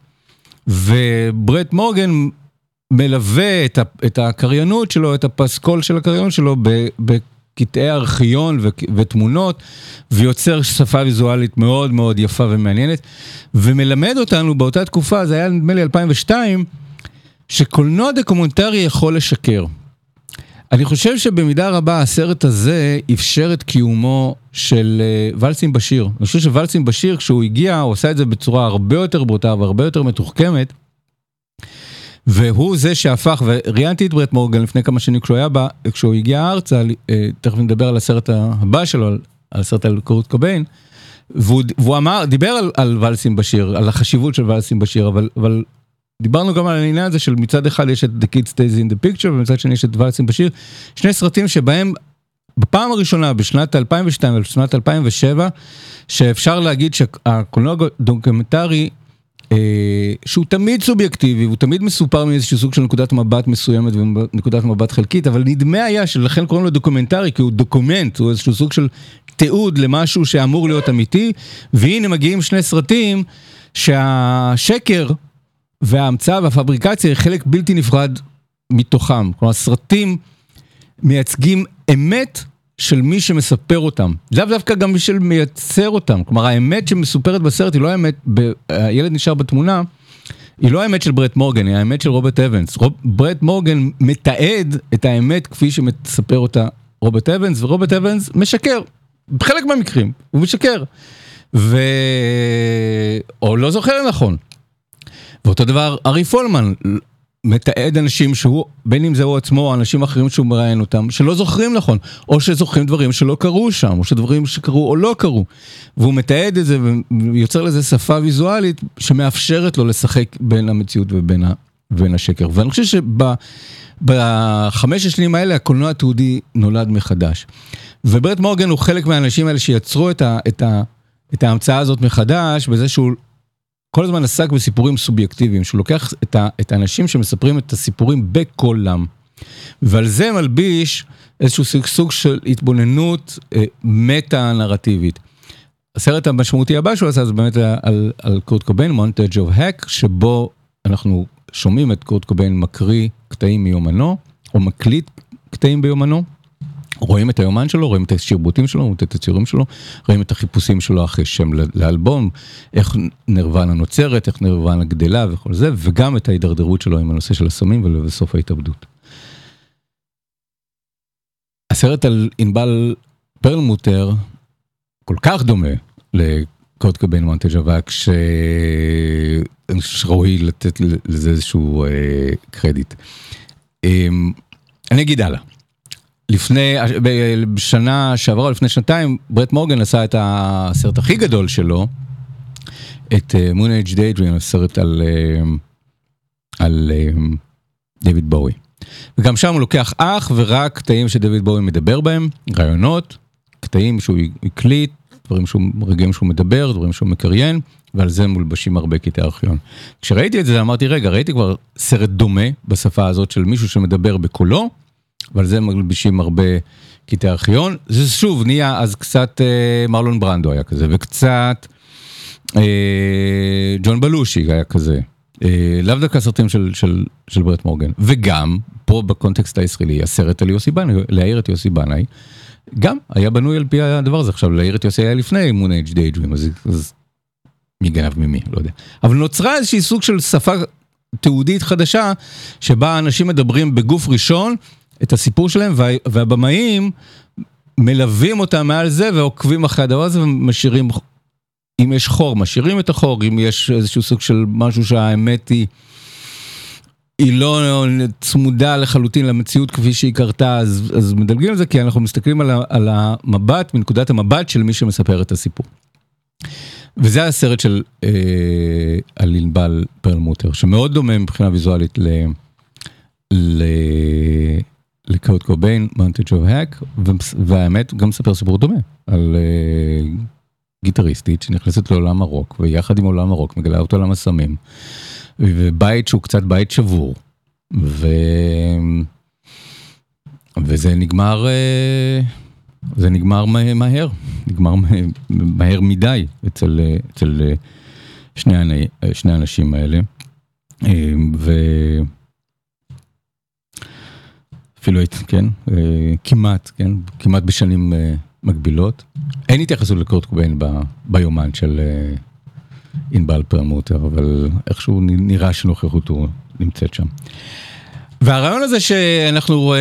וברט מורגן מלווה את, את הקריינות שלו, את הפסקול של הקריינות שלו, בקטעי ארכיון ו, ותמונות, ויוצר שפה ויזואלית מאוד מאוד יפה ומעניינת, ומלמד אותנו באותה תקופה, זה היה נדמה לי אלפיים ושתיים, שקולנוע דוקומנטרי יכול לשקר. אני חושב שבמידה רבה הסרט הזה אפשר את קיומו של ולסים בשיר. אני חושב שוולסים בשיר, כשהוא הגיע, הוא עשה את זה בצורה הרבה יותר ברוטה והרבה יותר מתוחכמת, והוא זה שהפך, וראיינתי את ברט מורגן לפני כמה שנים כשהוא היה בה, כשהוא הגיע ארצה, תכף נדבר על הסרט הבא שלו, על הסרט על קורט קוביין, והוא, והוא אמר, דיבר על, על ולסים בשיר, על החשיבות של ולסים בשיר, אבל, אבל דיברנו גם על העניין הזה של מצד אחד יש את The Kid Stays in the Picture, ומצד שני יש את ולסים בשיר, שני סרטים שבהם בפעם הראשונה, בשנת אלפיים ושתיים ובשנת אלפיים ושבע, שאפשר להגיד שהקולנוע דוקומנטרי, אה, שהוא תמיד סובייקטיבי, הוא תמיד מסופר מאיזשהו סוג של נקודת מבט מסוימת ונקודת מבט חלקית, אבל נדמה היה שלכן קוראים לו דוקומנטרי, כי הוא דוקומנט, הוא איזשהו סוג של תיעוד למשהו שאמור להיות אמיתי, והנה מגיעים שני סרטים שהשקר וההמצאה והפבריקציה היא חלק בלתי נפרד מתוכם. כלומר, סרטים מייצגים אמת של מי שמספר אותם. לאו דווקא גם מי שמייצר אותם. כלומר, האמת שמסופרת בסרט היא לא האמת, ב... הילד נשאר בתמונה, היא לא האמת של ברט מורגן, היא האמת של רוברט אבנס. רוב... ברט מורגן מתעד את האמת כפי שמספר אותה רוברט אבנס, ורוברט אבנס משקר. בחלק מהמקרים, הוא משקר. ו... או לא זוכר נכון. ואותו דבר, ארי פולמן מתעד אנשים שהוא, בין אם זה הוא עצמו, או אנשים אחרים שהוא מראיין אותם, שלא זוכרים נכון, או שזוכרים דברים שלא קרו שם, או שדברים שקרו או לא קרו. והוא מתעד את זה ויוצר לזה שפה ויזואלית שמאפשרת לו לשחק בין המציאות ובין, ה, ובין השקר. ואני חושב שבחמש השנים האלה הקולנוע התיעודי נולד מחדש. וברט מורגן הוא חלק מהאנשים האלה שיצרו את, ה, את, ה, את ההמצאה הזאת מחדש, בזה שהוא כל הזמן עסק בסיפורים סובייקטיביים, שהוא לוקח את, ה, את האנשים שמספרים את הסיפורים בקולם, ועל זה מלביש איזשהו סוג של התבוננות אה, מטה-נרטיבית. הסרט המשמעותי הבא שהוא עשה זה באמת על, על קורט קוביין, Montage of Heck, שבו אנחנו שומעים את קורט קוביין מקריא קטעים מיומנו, או מקליט קטעים ביומנו, רואים את היומן שלו, רואים את השרבוטים שלו, רואים את הציורים שלו, רואים את החיפושים שלו אחרי שם לאלבום, איך נירוונה נוצרת, איך נירוונה גדלה וכל זה, וגם את ההידרדרות שלו עם הנושא של הסמים ולבסוף ההתאבדות. הסרט על ענבל פרלמוטר כל כך דומה קורט קוביין מונטג' אבק, שאני חושב שראוי לתת לזה איזשהו קרדיט. אני אגיד הלאה. לפני, בשנה שעברה, לפני שנתיים, ברט מורגן עשה את הסרט הכי גדול שלו, את Moon Age Daydream, הסרט על, על דיוויד בואי. וגם שם הוא לוקח אך ורק קטעים שדיוויד בואי מדבר בהם, רעיונות, קטעים שהוא הקליט, דברים שהוא, רגעים שהוא מדבר, דברים שהוא מקריין, ועל זה מולבשים הרבה קטעי ארכיון. כשראיתי את זה, אמרתי, רגע, ראיתי כבר סרט דומה בשפה הזאת של מישהו שמדבר בקולו, ועל זה מלבישים הרבה קטעי ארכיון. זה שוב נהיה, אז קצת אה, מרלון ברנדו היה כזה, וקצת אה, ג'ון בלושי היה כזה. אה, לאו דווקא סרטים של, של, של ברט מורגן. וגם, פה בקונטקסט הישראלי, הסרט על יוסי בנאי, להעיר את יוסי בנאי, גם היה בנוי על פי הדבר הזה. עכשיו, להעיר את יוסי היה לפני Moon Age Daydream, אז, אז מי גנב ממי, לא יודע. אבל נוצרה איזושהי סוג של שפה תיעודית חדשה, שבה אנשים מדברים בגוף ראשון, את הסיפור שלהם, וה, והבמאים מלווים אותם מעל זה, ועוקבים אחרי הדבר הזה, ומשאירים, אם יש חור, משאירים את החור, אם יש איזשהו סוג של משהו שהאמת היא, היא לא צמודה לחלוטין למציאות כפי שהיא קרתה, אז, אז מדלגים על זה, כי אנחנו מסתכלים על, על המבט, מנקודת המבט של מי שמספר את הסיפור. וזה הסרט של אה, על ענבל פרלמוטר, שמאוד דומה מבחינה ויזואלית ל... ל... לקורט קוביין, מונטג' אוף האק, והאמת גם מספר סיפור דומה, על uh, גיטריסטית שנכנסת לעולם הרוק, ויחד עם עולם הרוק מגלה אותו לעולם הסמים, ובית שהוא קצת בית שבור, ו... וזה נגמר, uh, זה נגמר מהר, נגמר מהר מדי אצל, אצל שני, שני האנשים האלה, ו... אפילו, כן, כמעט, כן, כמעט בשנים מקבילות. אין התייחסות לקורט קוביין ביומן של ענבל פרלמוטר, אבל איכשהו נראה שנוכחותו נמצאת שם. והרעיון הזה שאנחנו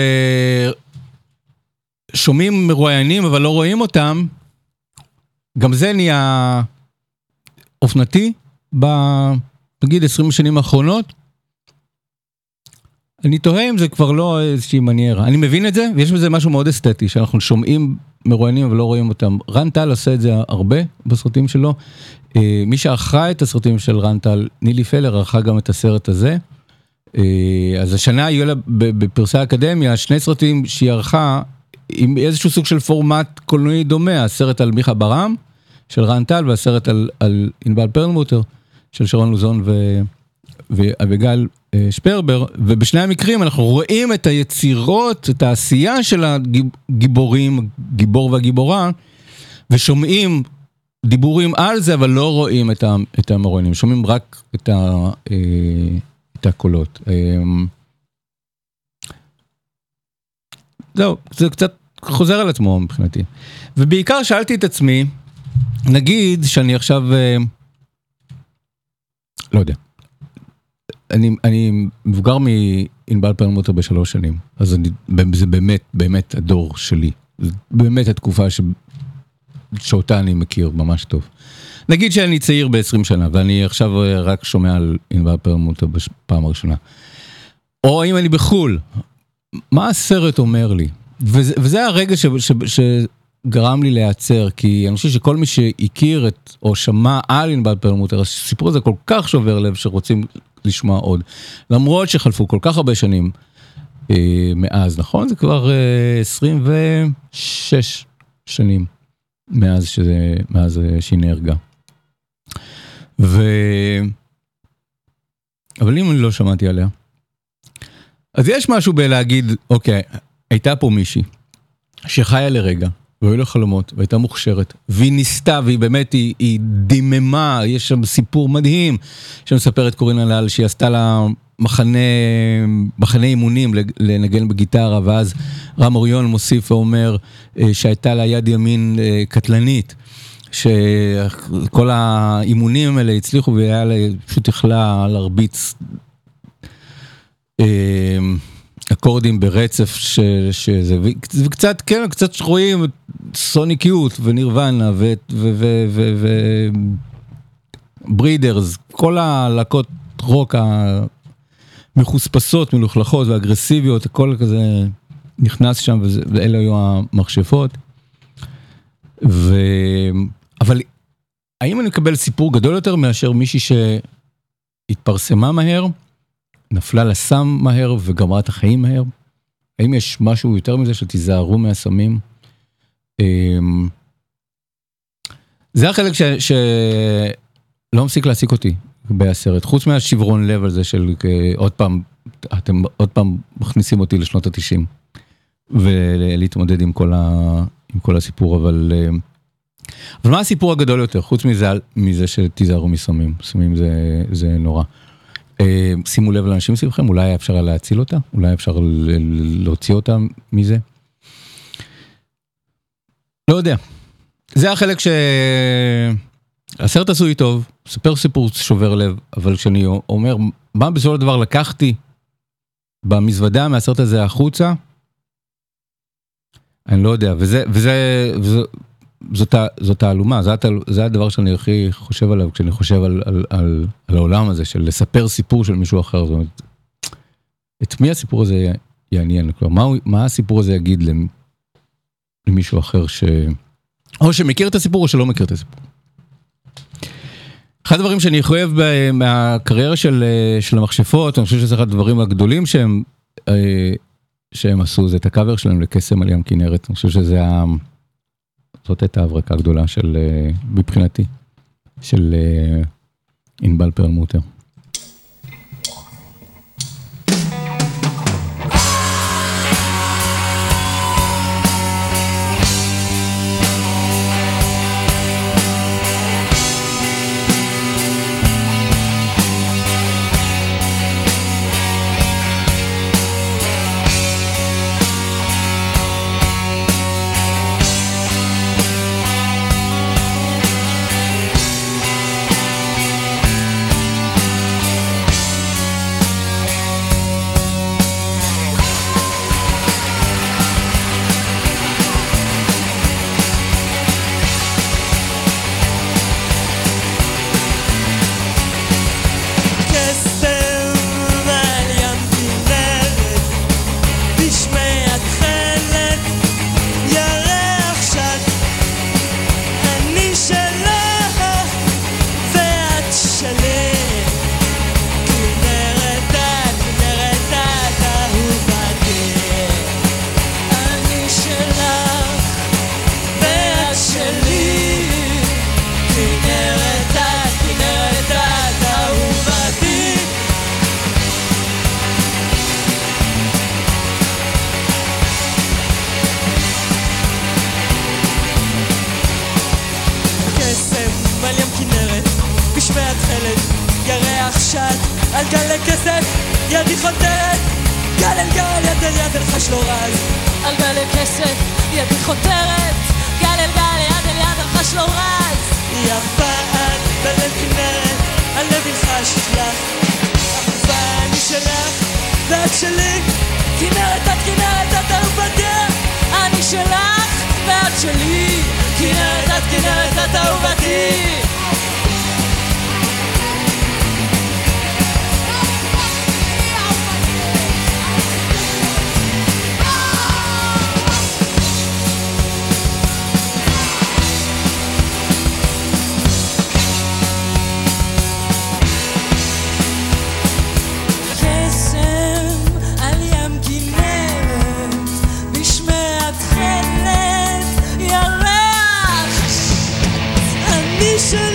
שומעים מרואיינים, אבל לא רואים אותם, גם זה נהיה אופנתי, נגיד עשרים שנים האחרונות, אני תוהה אם זה כבר לא איזושהי מניירה. אני מבין את זה, ויש בזה משהו מאוד אסתטי, שאנחנו שומעים מרואיינים אבל לא רואים אותם. רן טל עושה את זה הרבה בסרטים שלו. מי שערכה את הסרטים של רן טל, נילי פלר, ערכה גם את הסרט הזה. אז השנה היו לה בפרסי האקדמיה, שני סרטים שהיא ערכה, עם איזשהו סוג של פורמט קולנועי דומה, הסרט על מיכה ברם, של רן טל, והסרט על, על ענבל פרלמוטר, של שרון לוזון ו... ואביגל שפרבר, ובשני המקרים אנחנו רואים את היצירות, את העשייה של הגיבורים, גיבור והגיבורה, ושומעים דיבורים על זה, אבל לא רואים את המרואיינים, שומעים רק את, ה, את הקולות. זהו, זה קצת חוזר על עצמו מבחינתי. ובעיקר שאלתי את עצמי, נגיד שאני עכשיו, לא יודע, אני, אני מבוגר מענבל פרלמוטר בשלוש שנים, אז אני, זה באמת, באמת הדור שלי. זה באמת התקופה ש, שאותה אני מכיר ממש טוב. נגיד שאני צעיר ב-עשרים שנה, ואני עכשיו רק שומע על ענבל פרלמוטר בפעם הראשונה. או אם אני בחול, מה הסרט אומר לי? וזה, וזה הרגע ש, ש, שגרם לי להיעצר, כי אני חושב שכל מי שהכיר את, או שמע על ענבל פרלמוטר, הסיפור הזה כל כך שובר לב שרוצים לשמוע עוד. למרות שחלפו כל כך הרבה שנים אה, מאז, נכון? זה כבר אה, עשרים ושש שנים מאז, שזה, מאז שהיא נהרגה. ו... אבל אם אני לא שמעתי עליה, אז יש משהו בלהגיד, אוקיי, הייתה פה מישהי שחיה לרגע, והיו לה חלומות, והייתה מוכשרת, והיא ניסתה, והיא באמת, היא, היא דיממה, יש שם סיפור מדהים, שמספרת קורין הלל, שהיא עשתה לה מחנה, מחנה אימונים לנגן בגיטרה, ואז רם אוריון מוסיף ואומר, שהייתה לה יד ימין קטלנית, שכל האימונים האלה הצליחו, והיה לה, פשוט יכלה להרביץ אקורדים ברצף, שזה, וקצת, כן, קצת רואים סוניק יוט ונירוונה וברידרס, כל הלהקות רוק המחוספסות, מלוכלכות ואגרסיביות, הכל כזה נכנס שם, ואלה היו המכשפות. ו... אבל האם אני מקבל סיפור גדול יותר מאשר מישהי שהתפרסמה מהר, נפלה לסם מהר וגמרה את החיים מהר? האם יש משהו יותר מזה שתיזהרו מהסמים? זה החלק ש... שלא מפסיק להסיק אותי בסרט, חוץ מהשברון לב על זה של עוד פעם, אתם עוד פעם מכניסים אותי לשנות ה-תשעים, ולהתמודד עם כל, ה... עם כל הסיפור, אבל... אבל מה הסיפור הגדול יותר, חוץ מזה, מזה שתיזהרו מסמים? סמים זה, זה נורא. שימו לב לאנשים סביבכם, אולי אפשר להציל אותה, אולי אפשר להוציא אותה מזה. לא יודע. זה החלק שהסרט עשוי טוב, ספר סיפור שובר לב, אבל כשאני אומר, מה בסופו של דבר לקחתי במזוודה מהסרט הזה החוצה, אני לא יודע, וזה, וזה, וזה זאת, זאת העלומה, זה, זה הדבר שאני הכי חושב עליו, כשאני חושב על, על, על, על העולם הזה, של לספר סיפור של מישהו אחר, זאת אומרת, את מי הסיפור הזה יעניין? כלומר, מה, מה הסיפור הזה יגיד למישהו אחר ש... או שמכיר את הסיפור או שלא מכיר את הסיפור. אחד הדברים שאני חייב מהקריירה של, של המכשפות, אני חושב שזה אחד הדברים הגדולים שהם, שהם עשו, זה את הקאבר שלהם לקסם על ים כנרת. אני חושב שזה ה... זאת הייתה הברקה הגדולה של, מבחינתי, של ענבל פרלמוטר. Nation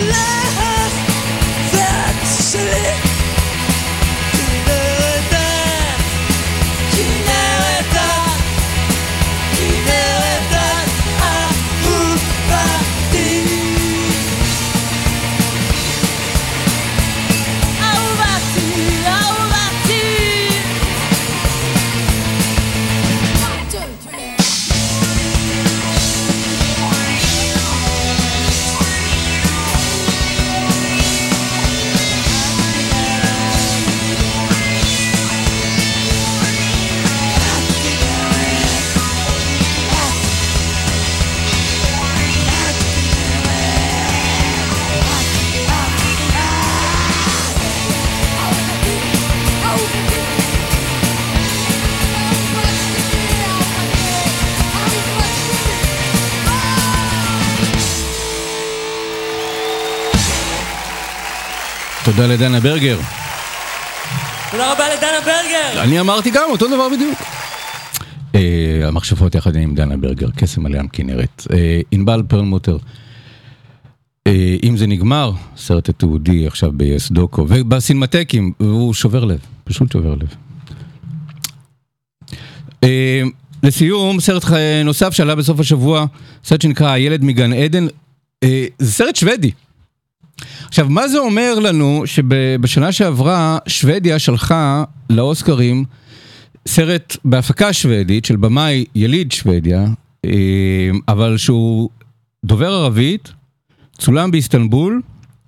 תודה לדנה ברגר. תודה רבה לדנה ברגר. אני אמרתי גם אותו דבר בדיוק. המחשבות יחד עם דנה ברגר, קסם עליהם כנרת. ענבל פרלמוטר, אם זה נגמר, סרט התיעודי עכשיו ב-יס דוקו, ובסינמטקים, והוא שובר לב, פשוט שובר לב. לסיום, סרט נוסף שעלה בסוף השבוע, סרט שנקרא הילד מגן עדן, זה סרט שוודי. עכשיו, מה זה אומר לנו שבשנה שעברה שוודיה שלחה לאוסקרים סרט בהפקה שוודית של במאי יליד שוודיה, אבל שהוא דובר ערבית, צולם באיסטנבול,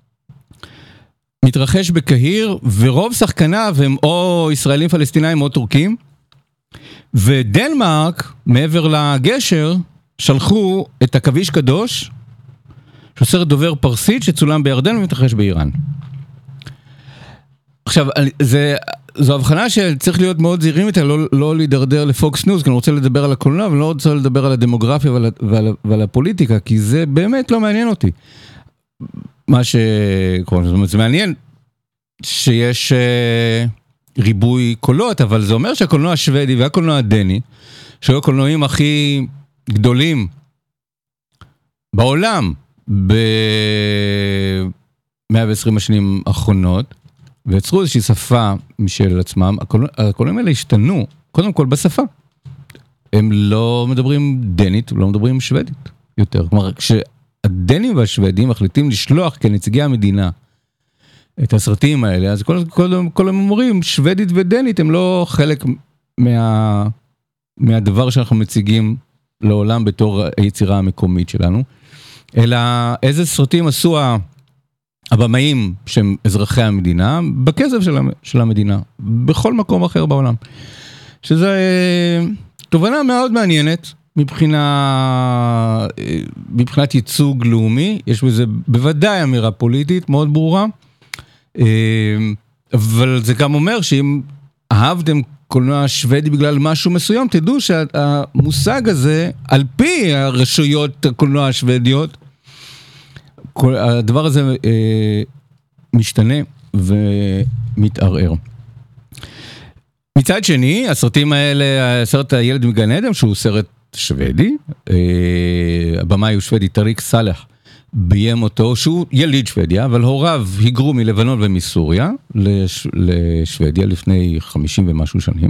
מתרחש בקהיר, ורוב שחקניו הם או ישראלים פלסטינאים או טורקים, ודנמרק, מעבר לגשר, שלחו את הכביש קדוש, שהוא סרט דובר פרסית שצולם בירדן ומתרחש באיראן. עכשיו, זה, זו הבחנה שצריך להיות מאוד זהירים איתה, לא, לא להידרדר לפוקס ניוז, כי אני רוצה לדבר על הקולנוע, ואני לא רוצה לדבר על הדמוגרפיה ועל, ועל, ועל הפוליטיקה, כי זה באמת לא מעניין אותי. מה ש... זאת אומרת, זה מעניין שיש uh, ריבוי קולות, אבל זה אומר שהקולנוע השוודי והקולנוע הדני, שהיו הקולנועים הכי גדולים בעולם, ב-מאה ועשרים השנים האחרונות, ויצרו איזושהי שפה משל עצמם. הקולנועים האלה השתנו, קודם כל בשפה. הם לא מדברים דנית, לא מדברים שוודית יותר. כלומר, כשהדנים והשוודים מחליטים לשלוח כנציגי המדינה את הסרטים האלה, אז כל, כל, כל הם אומרים, שוודית ודנית הם לא חלק מה, מהדבר שאנחנו מציגים לעולם בתור היצירה המקומית שלנו, אלא איזה סרטים עשו הבמאים שהם אזרחי המדינה, בכסף של, של המדינה, בכל מקום אחר בעולם. שזו תובנה מאוד מעניינת, מבחינה, מבחינת ייצוג לאומי, יש בזה בוודאי אמירה פוליטית מאוד ברורה, אבל זה גם אומר שאם אהבתם קולנוע שוודי בגלל משהו מסוים, תדעו שהמושג הזה, על פי הרשויות הקולנוע השוודיות, הדבר הזה אה, משתנה ומתערער. מצד שני, הסרטים האלה, הסרט הילד מגן עדן, שהוא סרט שוודי, אה, הבמאי הוא שוודי, טריק סלח, ביים אותו, שהוא יליד שוודיה, אבל הוריו היגרו מלבנון ומסוריה, לש, לשוודיה לפני חמישים ומשהו שנים,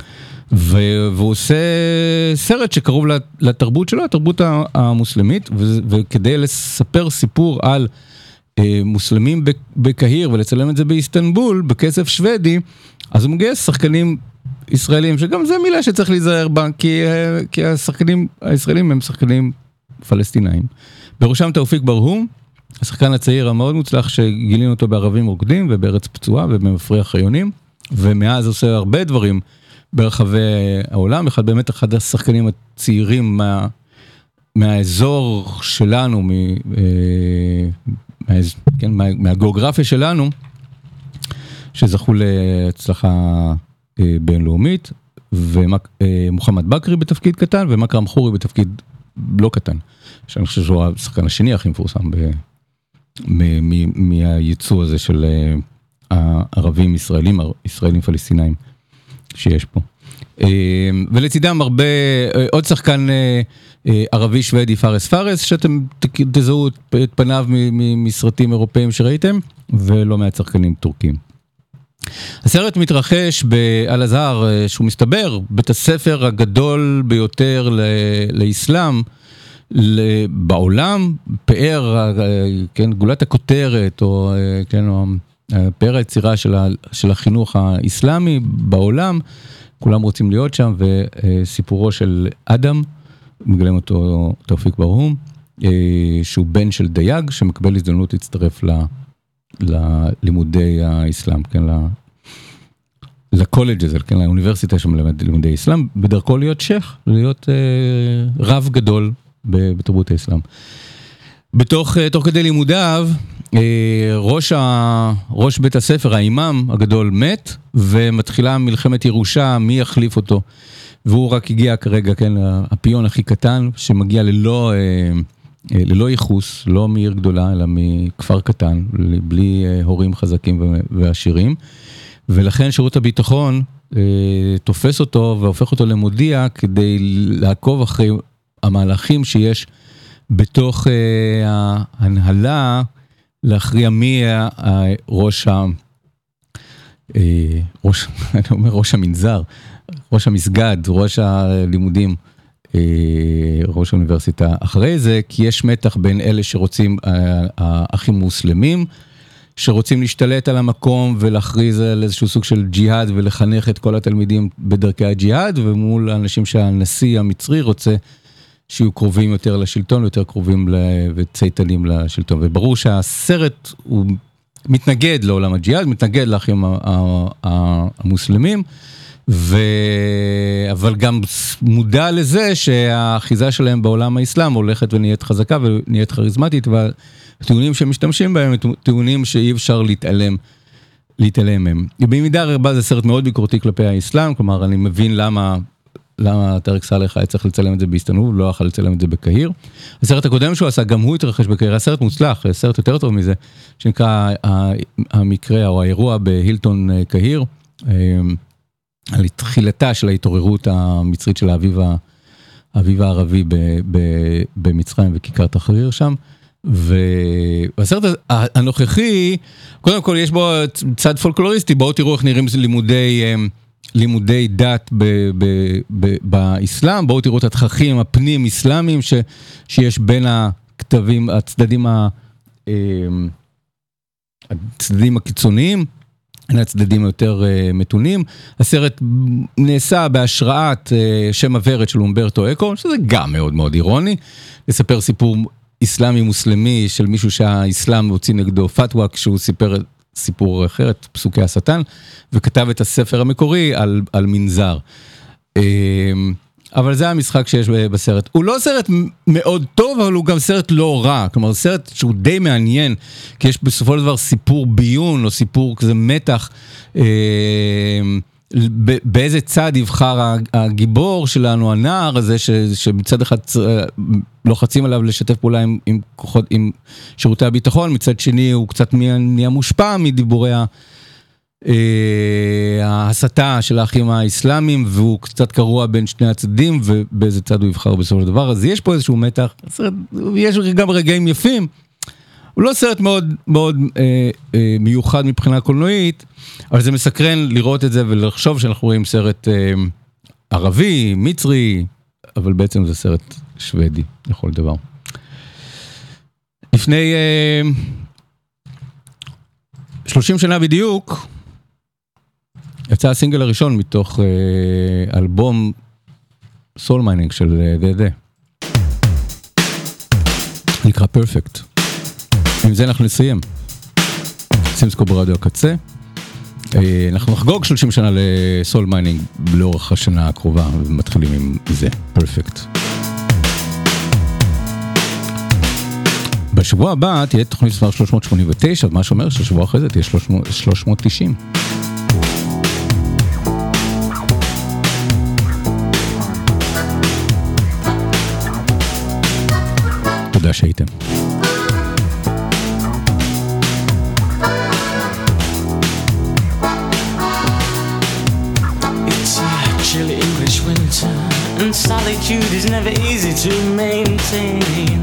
והוא עושה סרט שקרוב לתרבות שלו, התרבות המוסלמית, וכדי לספר סיפור על מוסלמים בקהיר, ולצלם את זה באיסטנבול, בכסף שוודי, אז הוא מגייס שחקנים ישראלים, שגם זה מילה שצריך להיזהר בה, כי, כי השחקנים הישראלים הם שחקנים פלסטינאים. בראשם תאופיק ברהום, השחקן הצעיר המאוד מוצלח, שגילינו אותו בערבים רוקדים, ובארץ פצועה, ובמפריח חיונים, ומאז עושה הרבה דברים, ברחבי העולם, אחד באמת אחד השחקנים הצעירים מה, מהאזור שלנו, מ, מה, כן, מה, מהגיאוגרפיה שלנו, שזכו להצלחה בינלאומית, ומוחמד בקרי בתפקיד קטן, ומקרם חורי בתפקיד לא קטן, שאני חושב שהוא השחקן השני הכי מפורסם ב, מ, מ, מהייצוא הזה של הערבים ישראלים, ישראלים פלסטינאים. שיש פה. ולצידם הרבה, עוד שחקן ערבי שוודי פארס פארס, שאתם תזהו את פניו מסרטים אירופאים שראיתם, ולא מעט שחקנים טורקים. הסרט מתרחש באל-אזהר, שהוא מסתבר, בית הספר הגדול ביותר לאסלאם, בעולם, פאר, כן, גולת הכותרת, או, כן, או, פאר היצירה של, ה, של החינוך האסלאמי בעולם, כולם רוצים להיות שם, וסיפורו של אדם, מגלם אותו תאופיק ברהום, שהוא בן של דייג, שמקבל הזדמנות להצטרף ל, ללימודי האסלאם, כן, לקולג' הזה, כן, לאוניברסיטה שמלמד לימודי אסלאם, בדרכו להיות שייך, להיות אה, רב גדול בתרבות האסלאם. בתוך, תוך כדי לימודיו, ראש, ה, ראש בית הספר, האימאם הגדול מת, ומתחילה מלחמת ירושה, מי יחליף אותו. והוא רק הגיע כרגע, כן, הפיון הכי קטן, שמגיע ללא, ללא ייחוס, לא מעיר גדולה, אלא מכפר קטן, בלי הורים חזקים ועשירים, ולכן שירות הביטחון תופס אותו והופך אותו למודיע כדי לעקוב אחרי המהלכים שיש בתוך ההנהלה, להכריע מי ראש ה... ראש, אני אומר ראש המנזר, ראש המסגד, ראש הלימודים, ראש האוניברסיטה אחרי זה, כי יש מתח בין אלה שרוצים, האחים מוסלמים, שרוצים להשתלט על המקום ולהכריז על איזשהו סוג של ג'יהאד ולחנך את כל התלמידים בדרכי הג'יהאד, ומול האנשים שהנשיא המצרי רוצה שיהיו קרובים יותר לשלטון, יותר קרובים וצייתנים לשלטון. וברור שהסרט הוא מתנגד לעולם הג'יהאד, מתנגד לאחים המוסלמים, ו... אבל גם מודע לזה שהאחיזה שלהם בעולם האסלאם הולכת ונהיית חזקה ונהיית כריזמטית, והטיעונים שמשתמשים בהם הם טיעונים שאי אפשר להתעלם, להתעלם מהם. במידה רבה זה סרט מאוד ביקורתי כלפי האסלאם, כלומר אני מבין למה, למה טארק סאלח היה צריך לצלם את זה באיסטנבול, לא יכול לצלם את זה בקהיר. הסרט הקודם שהוא עשה, גם הוא התרחש בקהיר, הסרט מוצלח, סרט יותר טוב מזה, שנקרא המקרה או האירוע בהילטון קהיר, על תחילתה של ההתעוררות המצרית של האביב, האביב הערבי ב, ב, במצרים וכיכר תחריר שם, והסרט הנוכחי, קודם כל יש בו צד פולקלוריסטי, בואו תראו איך נראים לימודי, לימודי דת ב, ב, ב, באסלאם, בואו תראו את התככים הפנים אסלאמיים ש, שיש בין הכתבים, הצדדים, ה, הצדדים הקיצוניים, הצדדים היותר uh, מתונים. הסרט נעשה בהשראת uh, שם הוורד של אומברטו אקו, שזה גם מאוד מאוד אירוני, לספר סיפור אסלאמי מוסלמי של מישהו שהאסלאם הוציא נגדו פתווה, כשהוא סיפר סיפור אחר, את פסוקי השטן, וכתב את הספר המקורי על, על מנזר. Uh, אבל זה המשחק שיש בסרט. הוא לא סרט מאוד טוב, אבל הוא גם סרט לא רע. כלומר, סרט שהוא די מעניין, כי יש בסופו של דבר סיפור ביון, או סיפור כזה מתח, אה, באיזה צד יבחר הגיבור שלנו, הנער הזה, ש, שמצד אחד לוחצים עליו לשתף פעולה עם, עם, כוחות, עם שירותי הביטחון, מצד שני הוא קצת נהיה מושפע מדיבורי ה... ההסתה של האחים האסלאמיים, והוא קצת קרוע בין שני הצדדים, ובאיזה צד הוא יבחר בסופו של דבר. אז יש פה איזשהו מתח, יש גם רגעים יפים. הוא לא סרט מאוד מאוד אה, אה, מיוחד מבחינה קולנועית, אבל זה מסקרן לראות את זה ולחשוב שאנחנו רואים סרט אה, ערבי, מצרי, אבל בעצם זה סרט שוודי לכל דבר. לפני אה, שלושים שנה בדיוק, יצא הסינגל הראשון מתוך אה, אלבום סול מיינינג של The The. נקרא פרפקט. עם זה אנחנו נסיים. סימסקו ברדיו הקצה. אה, אנחנו נחגוג שלושים שנה לסול מיינינג לאורך השנה הקרובה, ומתחילים עם זה, פרפקט. בשבוע הבא תהיה תוכנית מספר שלוש מאות שמונים ותשע, מה שאומר ששבוע אחרי זה תהיה שלוש מאות תשעים. תודה שהייתם. It's a chilly English winter, and solitude is never easy to maintain,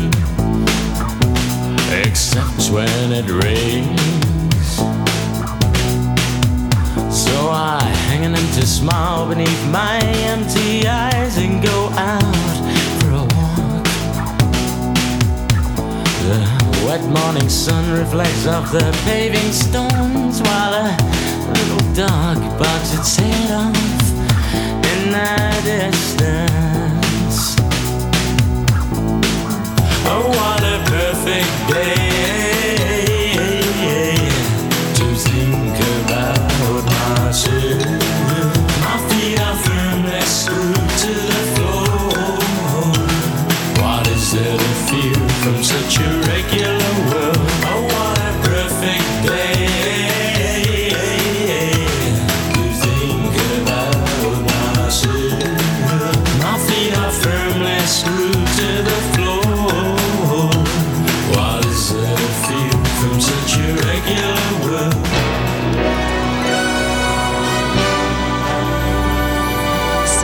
except when it rains. So I hang an empty smile beneath my empty eyes and go out for a walk. The wet morning sun reflects off the paving stones, while a little dog barks its head off in the distance. Oh, what a perfect day to think about myself. My feet are firmly screwed to the floor. What is there to fear from such a regular world? Oh, what a perfect day to think about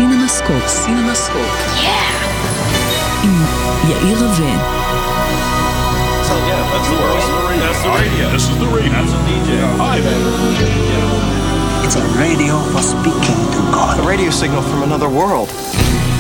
סינמסקופ. סינמסקופ. עם יאיר רווה. So yeah, that's the world. That's the radio. This is the radio. That's a D J. Hi there. It's a radio for speaking to God. A radio signal from another world.